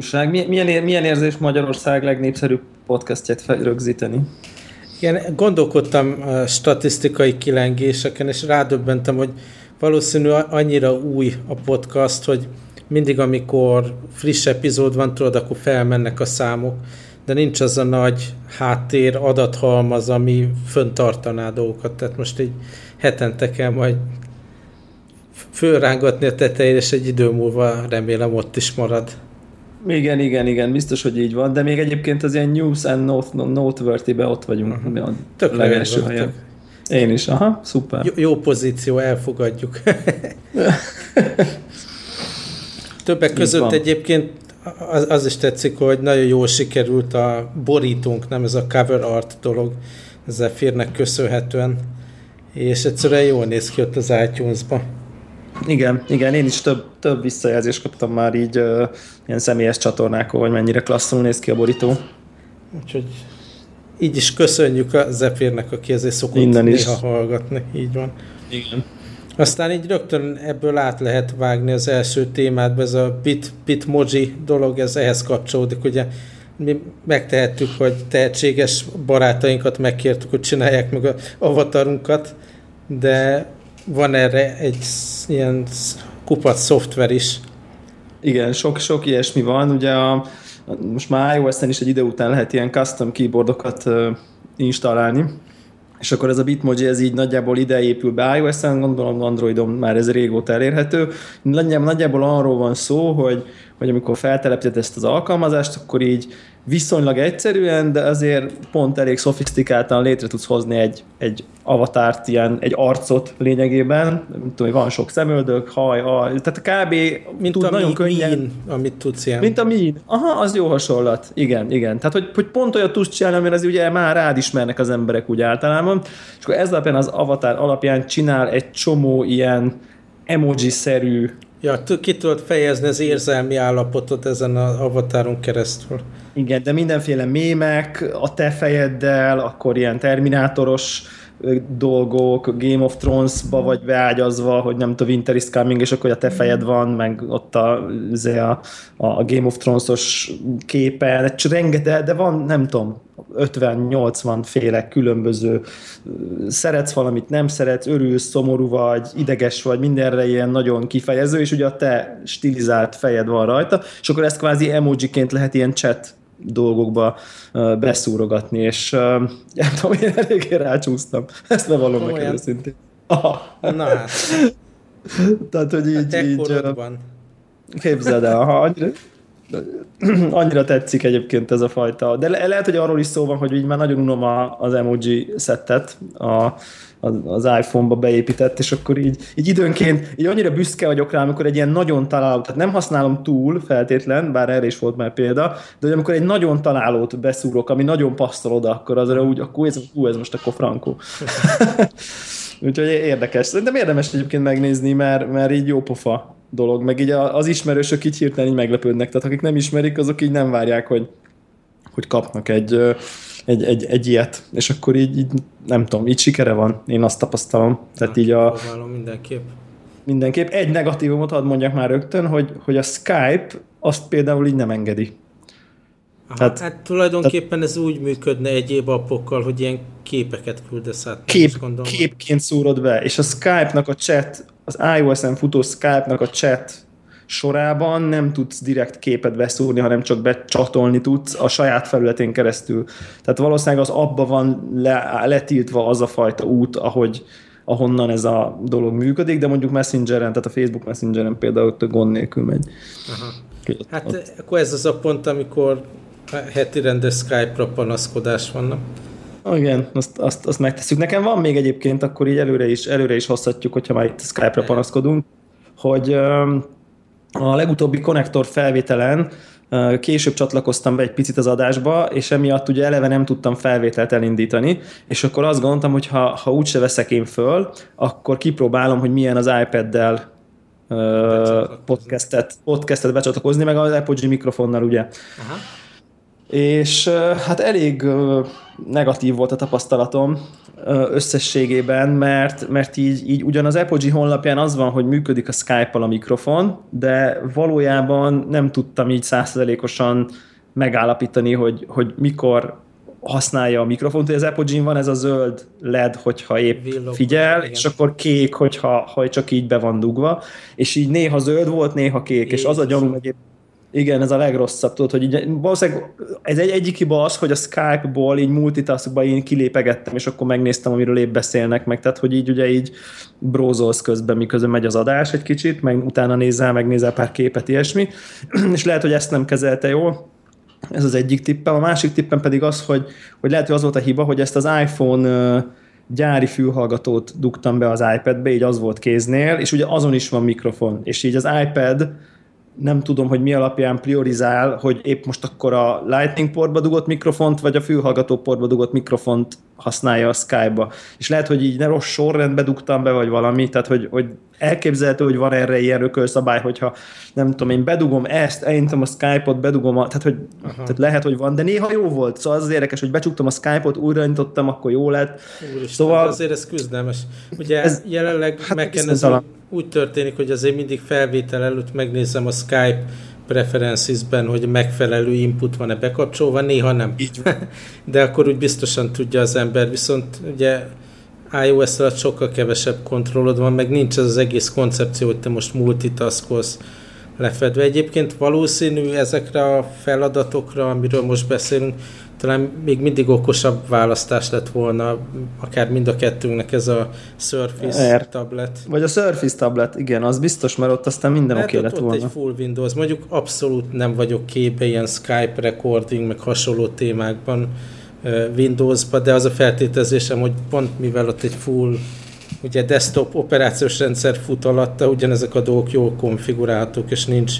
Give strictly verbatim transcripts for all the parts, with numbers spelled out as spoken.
újság? Milyen, milyen érzés Magyarország legnépszerűbb podcastját rögzíteni? Igen, gondolkodtam a statisztikai kilengéseken, és rádöbbentem, hogy valószínű annyira új a podcast, hogy mindig, amikor friss epizód van, tudod, akkor felmennek a számok, de nincs az a nagy háttér adathalmaz, ami föntartaná dolgokat. Tehát most így hetente kell majd fölrángatni a tetején, és egy idő múlva remélem ott is marad. Igen, igen, igen, biztos, hogy így van, de még egyébként az ilyen News and Noteworthy-be ott vagyunk. Uh-huh. Tök legelső helyen. Én is, aha, szuper. Jó, jó pozíció, elfogadjuk. Többek között egyébként az, az is tetszik, hogy nagyon jól sikerült a borítónk, nem ez a cover art dolog, az Zephrnek köszönhetően, és egyszerűen jól néz ki ott az iTunes-ba. Igen, igen, én is több, több visszajelzést kaptam már így uh, ilyen személyes csatornákon, hogy mennyire klasszul néz ki a borító. Úgyhogy így is köszönjük a Zephrnek, aki ezért szokott Innen néha is. hallgatni. Így van. Igen. Aztán így rögtön ebből át lehet vágni az első témát, ez a bit, bitmoji dolog, ez ehhez kapcsolódik. Ugye mi megtehettük, hogy tehetséges barátainkat megkértük, hogy csinálják meg a avatarunkat, de van erre egy ilyen kupac szoftver is. Igen, sok, sok ilyesmi van. Ugye a, most már iOS-en is egy idő után lehet ilyen custom keyboardokat uh, installálni, és akkor ez a Bitmoji, ez így nagyjából ide épül be iOS-en, gondolom Androidon már ez régóta elérhető. Nagyjából, nagyjából arról van szó, hogy, hogy amikor feltelepíted ezt az alkalmazást, akkor így viszonylag egyszerűen, de azért pont elég szofisztikáltan létre tudsz hozni egy, egy avatárt, ilyen, egy arcot lényegében. Nem tudom, van sok szemöldök, haj, haj, tehát kb. Mint tud a nagyon mi, könnyen. Min, amit tudsz ilyen. Mint a Min. Aha, az jó hasonlat. Igen, igen. Tehát, hogy, hogy pont olyat tudsz csinálni, amire az ugye már rád ismernek az emberek úgy általában. És akkor ez alapján az avatár alapján csinál egy csomó ilyen emoji-szerű. Ja, ki tudod fejezni az érzelmi állapotot ezen az avatáron keresztül. Igen, de mindenféle mémek a te fejeddel, akkor ilyen terminátoros dolgok, Game of Thrones-ba vagy beágyazva, hogy nem tudom, Winter is Coming, és akkor a te fejed van, meg ott a, a, a Game of Thrones-os képen, rengeteg, de van, nem tudom, ötven-nyolcvan féle különböző, szeretsz valamit, nem szeretsz, örülsz, szomorú vagy, ideges vagy, mindenre ilyen nagyon kifejező, és ugye a te stilizált fejed van rajta, és akkor ezt kvázi emojiként lehet ilyen chat dolgokba uh, beszúrogatni, és uh, nem tudom, én eléggé rácsúsztam. Ezt bevallom meg előszintén. Na hát. Tehát, hogy így... A te így korodban. Képzeld el, ha annyira, annyira tetszik egyébként ez a fajta. De le, lehet, hogy arról is szó van, hogy így már nagyon unom a, az emoji szettet, a az iPhone-ba beépített, és akkor így, így időnként így annyira büszke vagyok rá, amikor egy ilyen nagyon találó, tehát nem használom túl feltétlen, bár erre is volt már példa, de hogy amikor egy nagyon találót beszúrok, ami nagyon passzol oda, akkor azra úgy, akkor ez, ú, ez most akkor frankó. Úgyhogy érdekes. Szerintem érdemes egyébként megnézni, mert, mert így jó pofa dolog, meg így az ismerősök így hirtelen így meglepődnek, tehát akik nem ismerik, azok így nem várják, hogy, hogy kapnak egy Egy, egy, egy ilyet, és akkor így, így nem tudom, így sikere van, én azt tapasztalom. Tehát így a... mindenképp. Mindenképp. Egy negatívumot hadd mondjak már rögtön, hogy, hogy a Skype azt például így nem engedi. Aha, tehát, hát tulajdonképpen ez úgy működne egyéb appokkal, hogy ilyen képeket küldesz át. Kép, képként szúrod be, és a Skype-nak a chat, az iOS-en futó Skype-nak a chat sorában nem tudsz direkt képet beszúrni, hanem csak becsatolni tudsz a saját felületén keresztül. Tehát valószínűleg az appban van le, letiltva az a fajta út, ahogy, ahonnan ez a dolog működik, de mondjuk Messengeren, tehát a Facebook Messengeren például ott gond nélkül megy. Aha. Hát ott. Akkor ez az a pont, amikor heti rendes Skype-ra panaszkodás vannak. Igen, azt, azt, azt megtesszük. Nekem van még egyébként, akkor így előre is, előre is hozhatjuk, hogyha már itt Skype-ra panaszkodunk, hogy a legutóbbi konnektor felvételen később csatlakoztam be egy picit az adásba, és emiatt ugye eleve nem tudtam felvételt elindítani, és akkor azt gondoltam, hogy ha, ha úgyse veszek én föl, akkor kipróbálom, hogy milyen az iPad-del podcastet, podcastet becsatlakozni, meg az Apogee mikrofonnal, ugye. Aha. És hát elég negatív volt a tapasztalatom összességében, mert, mert így, így ugyan az Apogee honlapján az van, hogy működik a Skype-al a mikrofon, de valójában nem tudtam így százszerzelékosan megállapítani, hogy, hogy mikor használja a mikrofont, hogy az Apogee-n van ez a zöld led, hogyha épp Villog, figyel, igen. És akkor kék, hogyha ha csak így be van dugva, és így néha zöld volt, néha kék, Jézus. És az a gyanúm egyébként, igen, ez a legrosszabb, tudod, hogy így, valószínűleg ez egy egyik hiba az, hogy a Skype-ból így multitaskba én kilépegettem, és akkor megnéztem, amiről épp beszélnek meg, tehát hogy így ugye így brózolsz közben, miközben megy az adás egy kicsit, meg utána nézel, megnézel pár képet, ilyesmi, és lehet, hogy ezt nem kezelte jól. Ez az egyik tippem. A másik tippem pedig az, hogy, hogy lehet, hogy az volt a hiba, hogy ezt az iPhone gyári fülhallgatót dugtam be az iPadbe, így az volt kéznél, és ugye azon is van mikrofon. És így az iPad nem tudom, hogy mi alapján priorizál, hogy épp most akkor a Lightning portba dugott mikrofont, vagy a fülhallgató portba dugott mikrofont használja a Skype-ba. És lehet, hogy így ne rossz sorrendbe dugtam be, vagy valami, tehát hogy, hogy elképzelhető, hogy van erre ilyen ökölszabály, hogyha nem tudom, én bedugom ezt, elindítom a Skype-ot, bedugom a, tehát, hogy, tehát lehet, hogy van, de néha jó volt, szóval az, az érdekes, hogy becsuktam a Skype-ot, újraindítottam, akkor jó lett. Úristen, szóval azért ez küzdelmes. Ugye ez, jelenleg hát megkérdezem, úgy történik, hogy azért mindig felvétel előtt megnézem a Skype preferences-ben, hogy megfelelő input van-e bekapcsolva, néha nem. De akkor úgy biztosan tudja az ember, viszont ugye iOS alatt sokkal kevesebb kontrollod van, meg nincs az az egész koncepció, hogy te most multitaskolsz lefedve. Egyébként valószínű ezekre a feladatokra, amiről most beszélünk, talán még mindig okosabb választás lett volna, akár mind a kettőnknek ez a Surface R. tablet. Vagy a Surface tablet, igen, az biztos, mert ott aztán minden oké okay lett volna. Ott egy full Windows, mondjuk abszolút nem vagyok képbe ilyen Skype recording, meg hasonló témákban Windowsba, de az a feltételezésem, hogy pont mivel ott egy full ugye desktop operációs rendszer fut alatta, ugyanezek a dolgok jól konfigurálhatók, és nincs,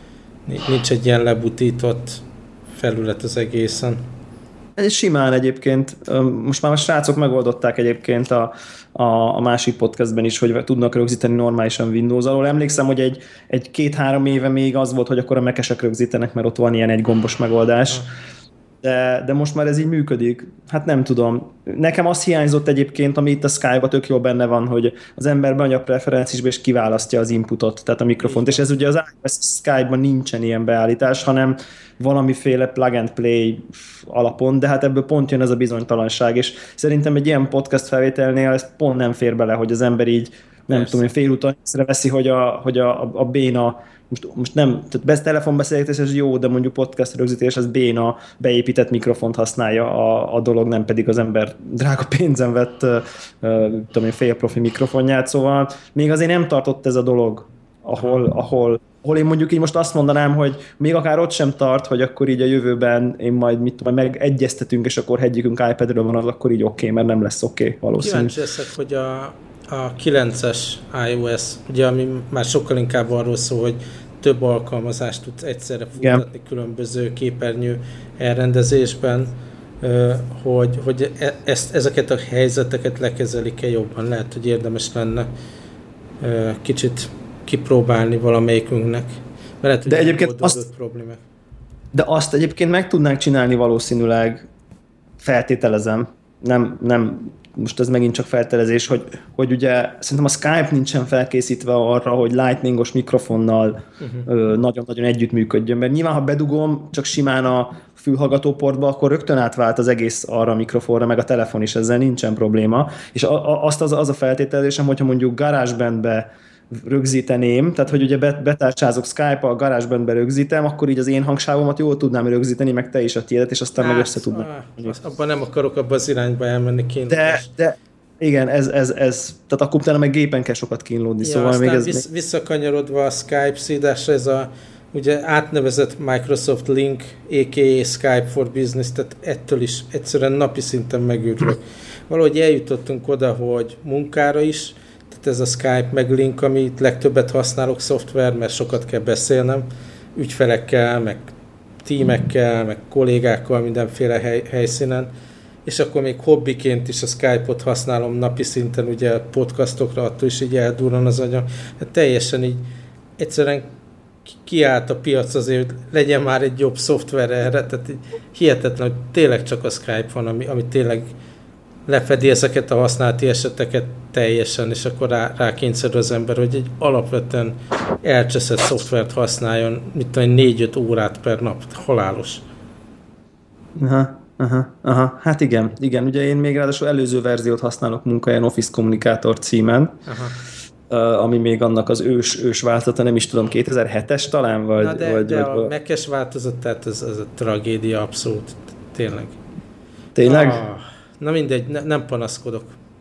nincs egy ilyen lebutított felület az egészen. Ez simán egyébként, most már a srácok megoldották egyébként a, a, a másik podcastben is, hogy tudnak rögzíteni normálisan Windows alól. Emlékszem, hogy egy, egy két-három éve még az volt, hogy akkor a Mac-esek rögzítenek, mert ott van ilyen egy gombos megoldás. De, de most már ez így működik. Hát nem tudom. Nekem az hiányzott egyébként, ami itt a Skype-ban tök jól benne van, hogy az ember beadja a preferencisbe és kiválasztja az inputot, tehát a mikrofont. És ez ugye az iOS Skype-ban nincsen ilyen beállítás, hanem valamiféle plug and play alapon, de hát ebből pont jön ez a bizonytalanság, és szerintem egy ilyen podcast felvételnél ez pont nem fér bele, hogy az ember így, nem Persze. tudom én, félúton észreveszi, hogy a, hogy a, a béna Most, most nem, tehát telefonbeszélgetés ez jó, de mondjuk podcast rögzítés, az béna beépített mikrofont használja a, a dolog, nem pedig az ember drága pénzen vett uh, tudom én, fél profi mikrofonját, szóval még azért nem tartott ez a dolog, ahol, ahol, ahol én mondjuk így most azt mondanám, hogy még akár ott sem tart, hogy akkor így a jövőben én majd mit tudom, megegyeztetünk, és akkor egyikünk iPadről van, az akkor így oké, okay, mert nem lesz oké okay, valószínű. Kíváncsi leszek, hogy a a kilences iOS, ugye, ami már sokkal inkább arról szól, hogy több alkalmazást tudsz egyszerre futtatni különböző képernyő elrendezésben, hogy, hogy ezt, ezeket a helyzeteket lekezelik-e jobban. Lehet, hogy érdemes lenne kicsit kipróbálni valamelyikünknek. Mert lehet, de egyébként azt, problémák. De azt egyébként meg tudnánk csinálni valószínűleg, feltételezem, nem, nem most ez megint csak feltelezés, hogy, hogy ugye szerintem a Skype nincsen felkészítve arra, hogy lightningos mikrofonnal uh-huh. nagyon-nagyon együttműködjön, mert nyilván, ha bedugom csak simán a fülhallgatóportba, akkor rögtön átvált az egész arra a mikrofonra, meg a telefon is, ezzel nincsen probléma. És a, a, azt az, az a feltételezésem, hogyha mondjuk GarageBandbe rögzíteném, tehát hogy ugye betárcsázok Skype-a, a GarageBandbe rögzítem, akkor így az én hangsávomat jól tudnám rögzíteni, meg te is a tiédet, és aztán hát, meg össze tudnám. Abban nem akarok abba az irányba elmenni kint. De, de igen, ez, ez, ez, tehát akkor utána meg gépen kell sokat kínlódni. Ja, szóval még ez vissz, még... visszakanyarodva a Skype szídásra, ez a ugye átnevezett Microsoft Link, á ká á Skype for Business, tehát ettől is egyszerűen napi szinten megőrülök. Valahogy eljutottunk oda, hogy munkára is, tehát ez a Skype meg Link, amit legtöbbet használok szoftver, mert sokat kell beszélnem, ügyfelekkel, meg tímekkel, meg kollégákkal mindenféle hely, helyszínen, és akkor még hobbiként is a Skype-ot használom napi szinten, ugye podcastokra, attól is így eldurran az agyam. Hát teljesen így egyszerűen kiállt a piac azért, hogy legyen már egy jobb szoftver erre, tehát hihetetlen, hogy tényleg csak a Skype van, ami, ami tényleg lefedi ezeket a használati eseteket teljesen, és akkor rá, rákényszerül az ember, hogy egy alapvetően elcseszett szoftvert használjon, mit tudom, négy-öt órát per nap, halálos. Aha, aha, aha. Hát igen, igen, ugye én még ráadásul előző verziót használok munkahelyen, Office Communicator címen, aha. ami még annak az ős, ős változata, nem is tudom, kétezer-hetes talán, vagy... Na de, vagy, de vagy, a Mac-es változat, tehát ez, ez a tragédia abszolút, tényleg. Tényleg? Ah, na mindegy, ne, nem panaszkodok.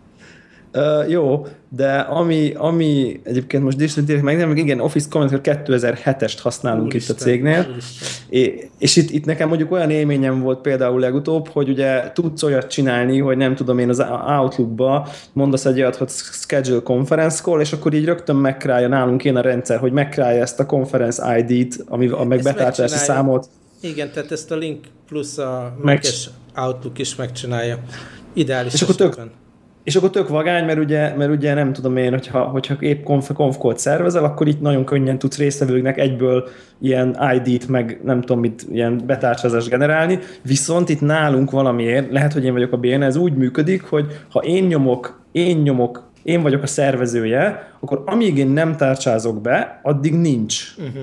Uh, jó, de ami, ami egyébként most direkt meg, nem, igen, Office Communicator kétezer-hetest használunk Úristen, itt a cégnél, é, és itt, itt nekem mondjuk olyan élményem volt például legutóbb, hogy ugye tudsz olyat csinálni, hogy nem tudom én az Outlook-ba mondasz egy olyat, hogy schedule conference call, és akkor így rögtön megkrálja nálunk én a rendszer, hogy megkrálja ezt a conference i dé-t, ami a meg betárcsási számot. Igen, tehát ezt a link plusz a Mac-es Outlook is megcsinálja. Ideális és esetben. Akkor tök, És akkor tök vagány, mert ugye, mert ugye nem tudom én, hogyha, hogyha épp konf, konfkót szervezel, akkor itt nagyon könnyen tudsz résztvevőknek egyből ilyen i dé-t, meg nem tudom mit, ilyen betárcsázást generálni, viszont itt nálunk valamiért, lehet, hogy én vagyok a béna, ez úgy működik, hogy ha én nyomok, én nyomok, én vagyok a szervezője, akkor amíg én nem tárcsázok be, addig nincs. Uh-huh.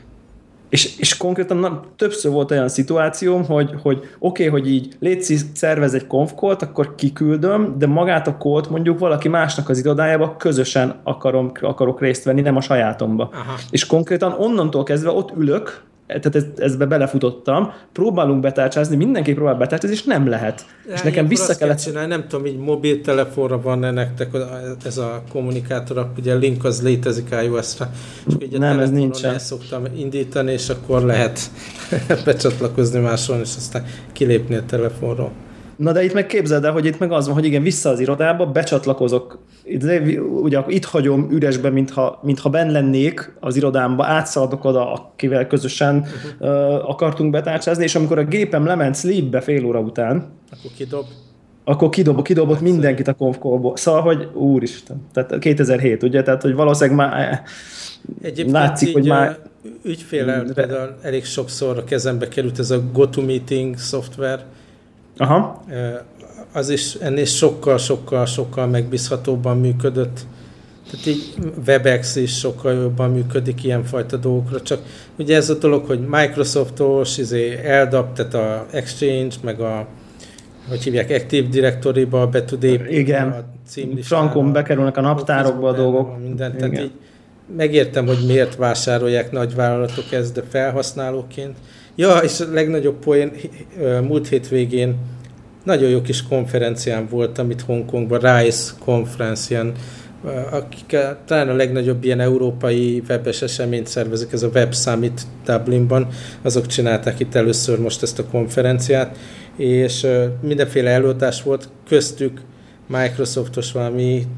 És, és konkrétan na, többször volt olyan szituációm, hogy, hogy oké, okay, hogy így légy szervez egy konfkolt, akkor kiküldöm, de magát a kólt mondjuk valaki másnak az irodájába közösen akarom, akarok részt venni, nem a sajátomba. Aha. És konkrétan onnantól kezdve ott ülök, tehát ez, ezbe belefutottam, próbálunk betárcsázni, mindenki próbál betárcsázni, és nem lehet. Ja, és nekem vissza kellett... csinálni, nem tudom, így mobiltelefonra van nektek ez a kommunikátor, ugye a link az létezik iOS-ra, és ugye nem, ez nincsen. El szoktam indítani, és akkor lehet becsatlakozni máson, és aztán kilépni a telefonról. Na de itt meg képzeld el, hogy itt meg az van, hogy igen, vissza az irodába, becsatlakozok, ugye itt hagyom üresbe, mintha, mintha benn lennék az irodámba, átszaladok oda, akivel közösen uh-huh. uh, akartunk betárcsázni, és amikor a gépem lement sleepbe fél óra után, akkor kidob. Akkor kidob, kidobott hát mindenkit a konfkolból. Szóval, hogy úristen, tehát kétezer-hét, ugye, tehát, hogy valószínűleg már egyébként látszik, hogy már... ügyféllel például elég sokszor a kezembe került ez a GoToMeeting szoftver. Aha. Az is ennél sokkal, sokkal, sokkal megbízhatóbban működött. Tehát így Webex is sokkal jobban működik ilyenfajta dolgokra, csak ugye ez a dolog, hogy Microsoftos, izé, el dé a pé, tehát a Exchange, meg a hogy hívják, Active Directory-ba be tud építeni. Igen, a frankon bekerülnek a naptárokba a dolgok. Mindent, tehát így megértem, hogy miért vásárolják nagyvállalatok ezt, de felhasználóként. Ja, és a legnagyobb poén, múlt hétvégén nagyon jó kis konferencián voltam itt Hongkongban, RISE konferencián, akik talán a legnagyobb ilyen európai webes eseményt szervezik, ez a Web Summit Dublinban, azok csinálták itt először most ezt a konferenciát, és mindenféle előadás volt, köztük Microsoftos valami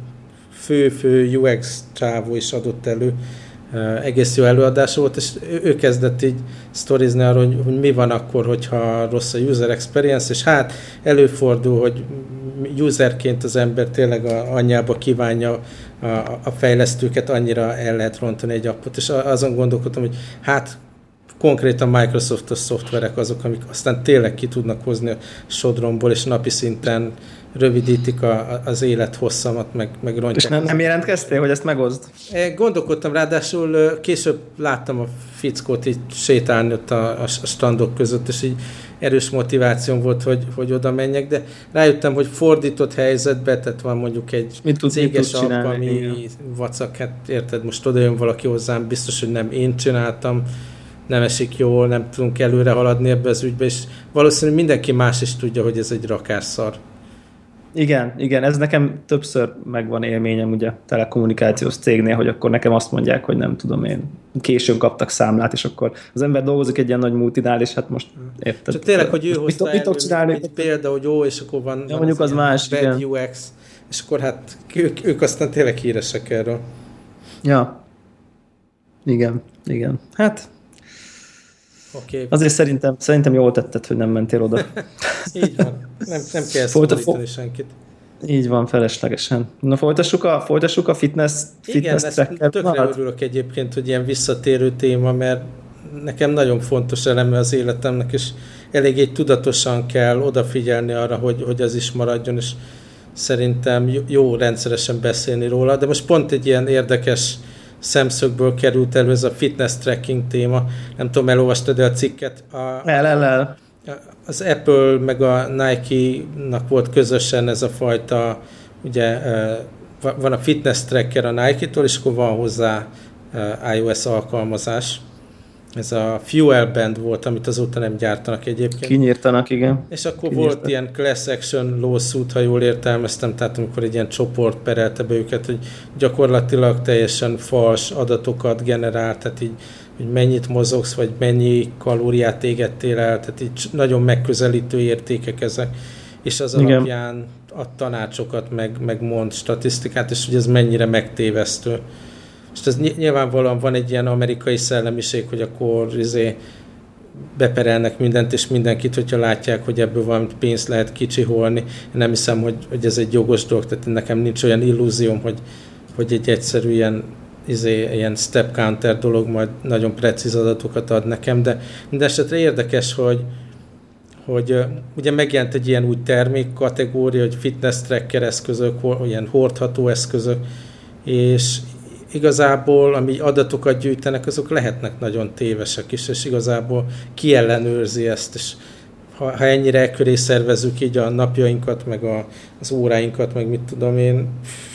fő-fő u iksz csávó is adott elő, Uh, egész jó előadás volt, és ő, ő kezdett így sztorizni arról, hogy, hogy mi van akkor, hogyha rossz a user experience, és hát előfordul, hogy userként az ember tényleg a, anyjába kívánja a, a fejlesztőket, annyira el lehet rontani egy appot, és azon gondolkodtam, hogy hát konkrétan Microsoftos szoftverek azok, amik aztán tényleg ki tudnak hozni a sodromból, és napi szinten rövidítik a, az élethosszamat, meg, meg rontják. És nem, nem jelentkeztél, hogy ezt megoszd? Gondolkodtam, ráadásul később láttam a fickót így sétálni ott a, a strandok között, és így erős motivációm volt, hogy, hogy oda menjek, de rájöttem, hogy fordított helyzetben, tehát van mondjuk egy mit tud, céges app, ami vacak, hát érted, most oda jön valaki hozzám, biztos, hogy nem én csináltam, nem esik jól, nem tudunk előre haladni ebbe az ügybe, és valószínűleg mindenki más is tudja, hogy ez egy rakásszar. Igen, igen, ez nekem többször megvan élményem ugye telekommunikációs cégnél, hogy akkor nekem azt mondják, hogy nem tudom én, későn kaptak számlát, és akkor az ember dolgozik egy ilyen nagy multinál, és hát most érted. Csak tényleg, hogy ő hozta elő egy példa, hogy jó, és akkor van, ja, van mondjuk az, az más, bad igen. u iksz, és akkor hát ők, ők aztán tényleg híresek erről. Ja, igen, igen, hát okay. Azért szerintem, szerintem jól tetted, hogy nem mentél oda. Így van. Nem, nem kell szólítani senkit. Így van, feleslegesen. Na folytassuk a, folytassuk a fitness, fitness Igen, ezt tökre örülök egyébként, hogy ilyen visszatérő téma, mert nekem nagyon fontos eleme az életemnek, és eléggé tudatosan kell odafigyelni arra, hogy, hogy az is maradjon, és szerintem jó rendszeresen beszélni róla, de most pont egy ilyen érdekes szemszögből került elő ez a fitness tracking téma. Nem tudom, elolvastad a cikket? A, el, el, el. Az Apple meg a Nike-nak volt közösen ez a fajta, ugye van a fitness tracker a Nike-tól, és akkor van hozzá iOS alkalmazás. Ez a Fuel Band volt, amit azóta nem gyártanak egyébként. Kinyírtanak, igen. És akkor Kinyírtak. Volt ilyen class action lawsuit, ha jól értelmeztem, tehát amikor egy ilyen csoport perelte be őket, hogy gyakorlatilag teljesen fals adatokat generált, tehát így, hogy mennyit mozogsz, vagy mennyi kalóriát égettél el, tehát így nagyon megközelítő értékek ezek, és az igen. alapján ad tanácsokat, meg, meg mond statisztikát, és hogy ez mennyire megtévesztő. És ez nyilvánvalóan van egy ilyen amerikai szellemiség, hogy akkor izé beperelnek mindent és mindenkit, hogyha látják, hogy ebből valamit pénzt lehet kicsiholni. Én nem hiszem, hogy, hogy ez egy jogos dolog, tehát nekem nincs olyan illúzióm, hogy, hogy egy egyszerű ilyen, izé, ilyen step counter dolog majd nagyon precíz adatokat ad nekem, de mindesetre érdekes, hogy, hogy ugye megjelent egy ilyen új termékkategória, hogy fitness tracker eszközök, ilyen hordható eszközök, és igazából, ami adatokat gyűjtenek, azok lehetnek nagyon tévesek is, és igazából ki ellenőrzi ezt, és ha, ha ennyire köré szervezzük így a napjainkat, meg a, az óráinkat, meg mit tudom én,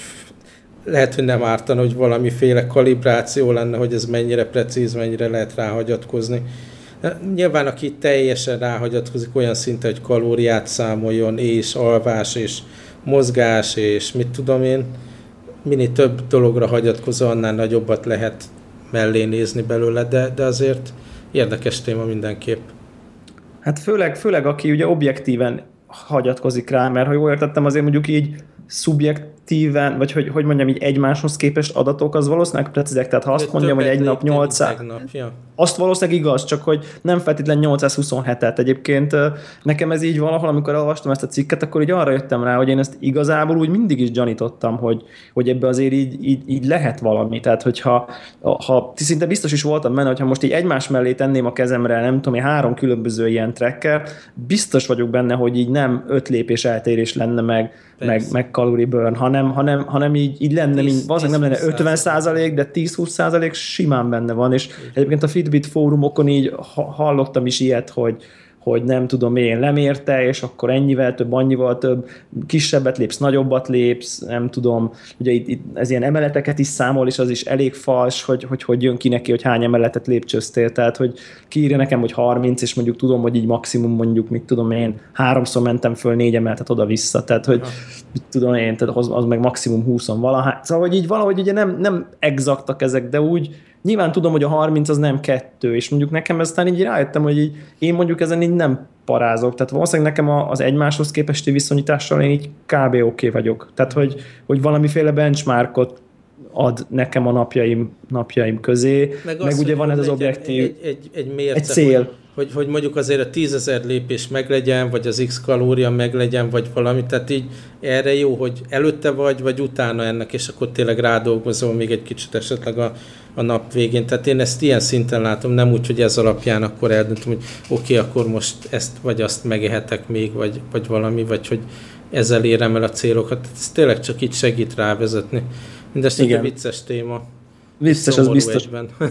lehet, hogy nem ártana, hogy valamiféle kalibráció lenne, hogy ez mennyire precíz, mennyire lehet ráhagyatkozni. Nyilván, aki teljesen ráhagyatkozik olyan szinten, hogy kalóriát számoljon, és alvás, és mozgás, és mit tudom én, minél több dologra hagyatkozó, annál nagyobbat lehet mellé nézni belőle, de, de azért érdekes téma mindenképp. Hát főleg, főleg aki ugye objektíven hagyatkozik rá, mert ha jól értettem, azért mondjuk így szubjektíven, vagy hogy, hogy mondjam, így egymáshoz képest adatok, az valószínűleg precízek, tehát ha azt mondjam, hogy egy nap nyolcszáz, ja. azt valószínűleg igaz, csak hogy nem feltétlenül nyolcszázhuszonhetet. Egyébként nekem ez így valahol, amikor olvastam ezt a cikket, akkor így arra jöttem rá, hogy én ezt igazából úgy mindig is gyanítottam, hogy, hogy ebbe azért így, így, így lehet valami. Tehát, hogyha ha, szinte biztos is voltam benne, hogyha most így egymás mellé tenném a kezemre, nem tudom, három különböző ilyen tracker, biztos vagyok benne, hogy így nem öt lépés eltérés lenne meg, meg, meg calorie burn, hanem, hanem, hanem így, így lenne, tíz, valószínűleg nem lenne ötven százalék, de tíz-húsz százalék simán benne van, és egyébként a Fitbit fórumokon így hallottam is ilyet, hogy, hogy nem tudom én, lemérte, és akkor ennyivel több, annyival több, kisebbet lépsz, nagyobbat lépsz, nem tudom, ugye itt, itt ez ilyen emeleteket is számol, és az is elég fals, hogy, hogy hogy jön ki neki, hogy hány emeletet lépcsöztél, tehát hogy kiírja nekem, hogy harminc, és mondjuk tudom, hogy így maximum mondjuk, mit tudom én, háromszor mentem föl négy emeletet oda-vissza, tehát hogy mit tudom én, tehát az, az meg maximum húszon valahány, szóval hogy így valahogy ugye nem, nem exaktak ezek, de úgy nyilván tudom, hogy a harminc az nem kettő, és mondjuk nekem eztán így rájöttem, hogy így, én mondjuk ezen így nem parázok, tehát valószínűleg nekem az egymáshoz képesti viszonyítással én így kb. Oké okay vagyok. Tehát, hogy, hogy valamiféle benchmarkot ad nekem a napjaim, napjaim közé, meg, meg ugye van ez az objektív, egy, egy, egy, mérce, egy cél. Hogy, hogy, hogy mondjuk azért a tízezer lépés meglegyen, vagy az X kalória meglegyen, vagy valami, tehát így erre jó, hogy előtte vagy, vagy utána ennek, és akkor tényleg rádolgozol még egy kicsit esetleg a, a nap végén. Tehát én ezt ilyen szinten látom, nem úgy, hogy ez alapján akkor eldöntöm, hogy oké, okay, akkor most ezt vagy azt megehetek még, vagy, vagy valami, vagy hogy ezzel érem el a célokat. Ez tényleg csak így segít rávezetni. Mindezt egy vicces téma. Vicces, az biztos.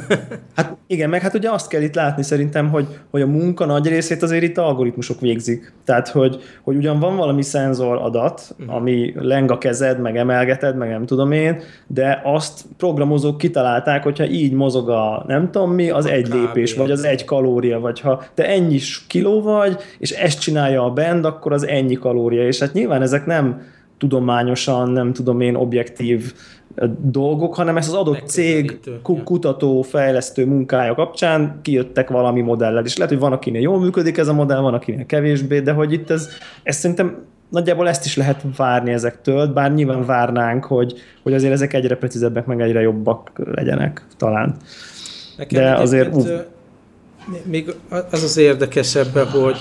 Hát igen, meg hát ugye azt kell itt látni szerintem, hogy, hogy a munka nagy részét azért itt algoritmusok végzik. Tehát, hogy, hogy ugyan van valami szenzor adat, ami leng a kezed, meg emelgeted, meg nem tudom én, de azt programozók kitalálták, hogyha így mozog a nem tudom mi, az a egy kávé. Lépés, vagy az egy kalória, vagy ha te ennyi kiló vagy, és ezt csinálja a band, akkor az ennyi kalória, és hát nyilván ezek nem tudományosan, nem tudom én, objektív dolgok, hanem ez az adott cég kutató, fejlesztő munkája kapcsán kijöttek valami modellel, és lehet, hogy van, akinél jól működik ez a modell, van, akinél kevésbé, de hogy itt ez, ez szerintem nagyjából ezt is lehet várni ezektől, bár nyilván várnánk, hogy, hogy azért ezek egyre precízebbek, meg egyre jobbak legyenek talán. Nekem de azért... Uh. Még az az érdekesebb, hogy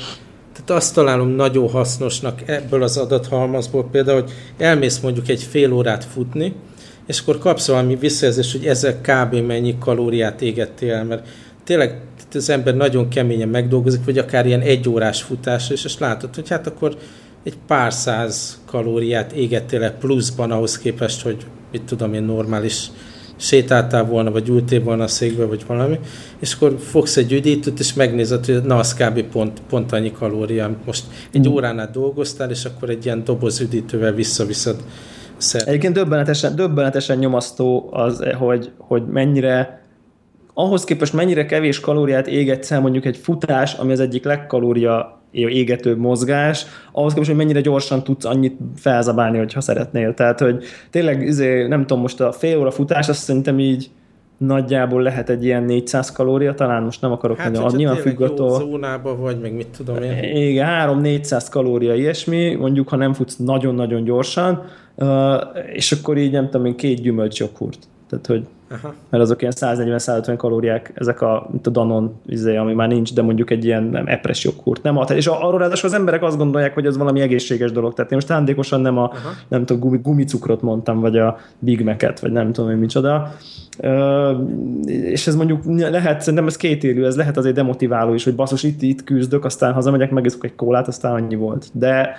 Tehát azt találom nagyon hasznosnak ebből az adathalmazból például, hogy elmész mondjuk egy fél órát futni, és akkor kapsz valami visszajelzést, hogy ezzel kb. Mennyi kalóriát égettél el, mert tényleg az ember nagyon keményen megdolgozik, vagy akár ilyen egy órás futás, és, és látod, hogy hát akkor egy pár száz kalóriát égettél el pluszban ahhoz képest, hogy mit tudom én, normális sétáltál volna, vagy ültél volna a székbe, vagy valami, és akkor fogsz egy üdítőt, és megnézed, hogy na, az kb. Pont, pont annyi kalória, amit most egy mm. óránál dolgoztál, és akkor egy ilyen doboz üdítővel visszaviszed a szert. Egyébként döbbenetesen, döbbenetesen nyomasztó az, hogy, hogy mennyire ahhoz képest mennyire kevés kalóriát égetsz el mondjuk egy futás, ami az egyik legkalória égetőbb mozgás, ahhoz képest, hogy mennyire gyorsan tudsz annyit felzabálni, hogyha szeretnél. Tehát, hogy tényleg, izé, nem tudom, most a fél óra futás, azt szerintem így nagyjából lehet egy ilyen négyszáz kalória, talán most nem akarok hát, mondani, nyilván függ attól. Hát, zónában vagy, meg mit tudom én. Igen, három-négyszáz kalória ilyesmi, mondjuk, ha nem futsz nagyon-nagyon gyorsan, és akkor így nem tudom én, két gyümölcs joghurt. Tehát, hogy aha. Mert azok ilyen száznegyven-százötven kalóriák, ezek a, mint a Danon, izé, ami már nincs, de mondjuk egy ilyen nem, epres joghurt. Nem, és arról ráadásul az emberek azt gondolják, hogy ez valami egészséges dolog. Tehát én most szándékosan nem a aha. nem tudom, gumi, gumicukrot mondtam, vagy a Big Mac-et, vagy nem tudom, hogy micsoda. Ö, és ez mondjuk lehet, szerintem ez kétélű, ez lehet azért demotiváló is, hogy basszus, itt, itt küzdök, aztán hazamegyek, megiszok egy kólát, aztán annyi volt. De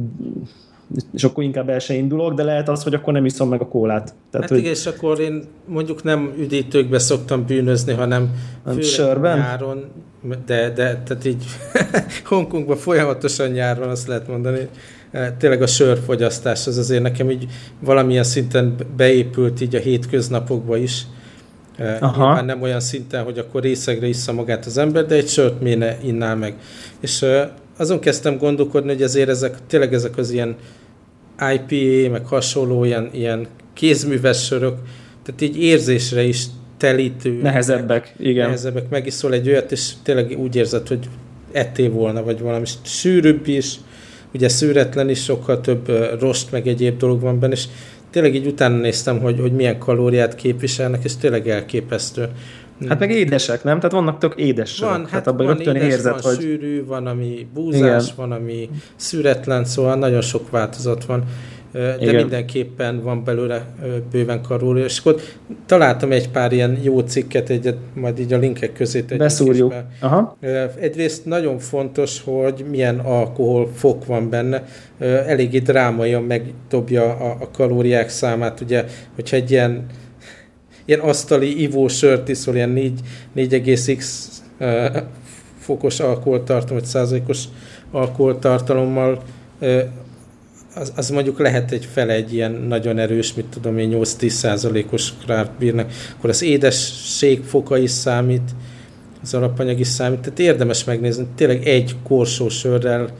és akkor inkább el se indulok, de lehet az, hogy akkor nem iszom meg a kólát. Tehát, hát igen, hogy... és akkor én mondjuk nem üdítőkbe szoktam bűnözni, hanem főleg nyáron, de, de tehát így Hongkongban folyamatosan nyár van, azt lehet mondani. Tényleg a sörfogyasztás az azért nekem így valamilyen szinten beépült így a hétköznapokba is. Aha. Nyilván nem olyan szinten, hogy akkor részegre issza magát az ember, de egy sört méne innál meg. És azon kezdtem gondolkodni, hogy azért ezek, tényleg ezek az ilyen i pé á, meg hasonló ilyen, ilyen kézműves sörök, tehát így érzésre is telítő. Nehezebbek, igen. Nehezebbek, megiszol egy olyat, és tényleg úgy érzed, hogy ettél volna, vagy valami sűrűbb is, ugye szűretlen is, sokkal több rost, meg egyéb dolog van benne, és tényleg így utána néztem, hogy, hogy milyen kalóriát képviselnek, és tényleg elképesztő. Hát meg édesek, nem? Tehát vannak tök édes sörök. Van, hát abban van édes, érzed, van hogy... sűrű, van ami búzás, igen. Van ami szüretlen, szóval nagyon sok változat van, de igen. Mindenképpen van belőle bőven kalória. És akkor találtam egy pár ilyen jó cikket, egyet majd így a linkek közé tegyük. Beszúrjuk. Aha. Egyrészt nagyon fontos, hogy milyen alkoholfok van benne. Eléggé drámaian megdobja a, a kalóriák számát, ugye, hogyha egy ilyen ilyen asztali ivósört iszol, ilyen négy egész x uh, fokos alkoholtartalom, vagy százalékos alkoholtartalommal, uh, az, az mondjuk lehet egy fele egy ilyen nagyon erős, mit tudom én, nyolc-tíz százalékos craft beernek, akkor az édesség foka is számít, az alapanyag is számít, tehát érdemes megnézni, tényleg egy korsó sörrel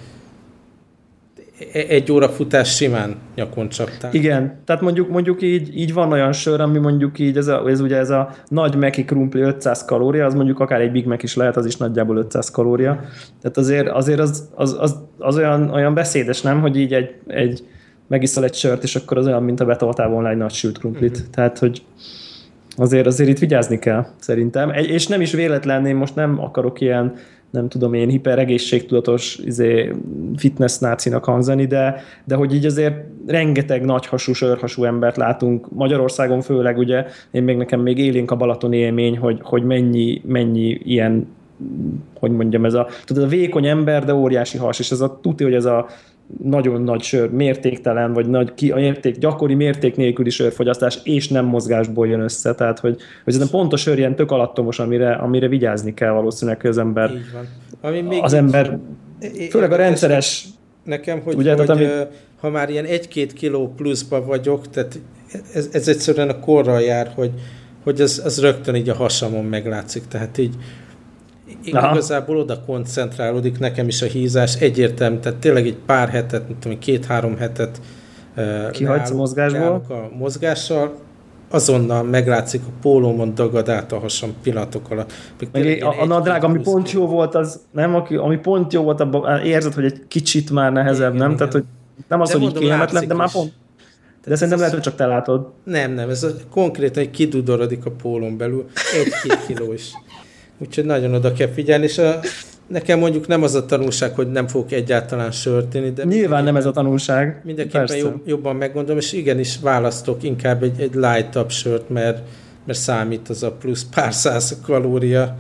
egy óra futás simán nyakon csaptál. Igen, tehát mondjuk, mondjuk így, így van olyan sör, ami mondjuk így, ez, a, ez ugye ez a nagy Meki krumpli ötszáz kalória, az mondjuk akár egy Big Mac is lehet, az is nagyjából ötszáz kalória. Tehát azért, azért az, az, az, az olyan, olyan beszédes, nem, hogy így egy, egy megiszol egy sört, és akkor az olyan, mint a betoltál volna egy nagy sült krumplit. Uh-huh. Tehát, hogy azért, azért itt vigyázni kell, szerintem. Egy, és nem is véletlen, én most nem akarok ilyen nem tudom én, hiperegészségtudatos izé, fitness nácinak hangzani, de, de hogy így azért rengeteg nagyhasú, sörhasú embert látunk Magyarországon főleg, ugye, én még nekem még élénk a Balaton élmény, hogy, hogy mennyi, mennyi ilyen, hogy mondjam, ez a, tudod, a vékony ember, de óriási has, és ez a tuti, hogy ez a nagyon nagy sör, mértéktelen, vagy nagy ki, a mérték, gyakori mérték nélküli sörfogyasztás, és nem mozgásból jön össze. Tehát, hogy, hogy ez a pont a sör ilyen tök alattomos, amire, amire vigyázni kell valószínűleg, hogy az ember, így van. Ami még az ember, főleg a rendszeres... Nekem, hogy, ugye, hogy tehát, ami... ha már ilyen egy-két kiló pluszba vagyok, tehát ez, ez egyszerűen a korral jár, hogy, hogy az, az rögtön így a hasamon meglátszik. Tehát így Aha. igazából oda koncentrálódik nekem is a hízás, egyértelmű, tehát tényleg egy pár hetet, mint tudom, két-három hetet kihagysz a mozgásból? A mozgással, azonnal meglátszik a pólómon dagad át a hasam pillanatok alatt. A, a nadrág, ami pont jó volt, az nem, aki, ami pont jó volt, abban érzed, hogy egy kicsit már nehezebb, igen, nem? Igen. Tehát, hogy nem az, de hogy így kényelmetlen, de már pont. De szerintem lehet, hogy csak te látod. Nem, nem, ez a, konkrétan egy kidudorodik a pólón belül, egy-két kiló is. Úgyhogy nagyon oda kell figyelni, és a, Nekem mondjuk nem az a tanulság, hogy nem fogok egyáltalán sört inni, de nyilván nem ez a tanulság. Mindenképpen jobb, jobban meggondolom, és igenis választok inkább egy, egy light-up sört, mert, mert számít az a plusz pár száz kalória.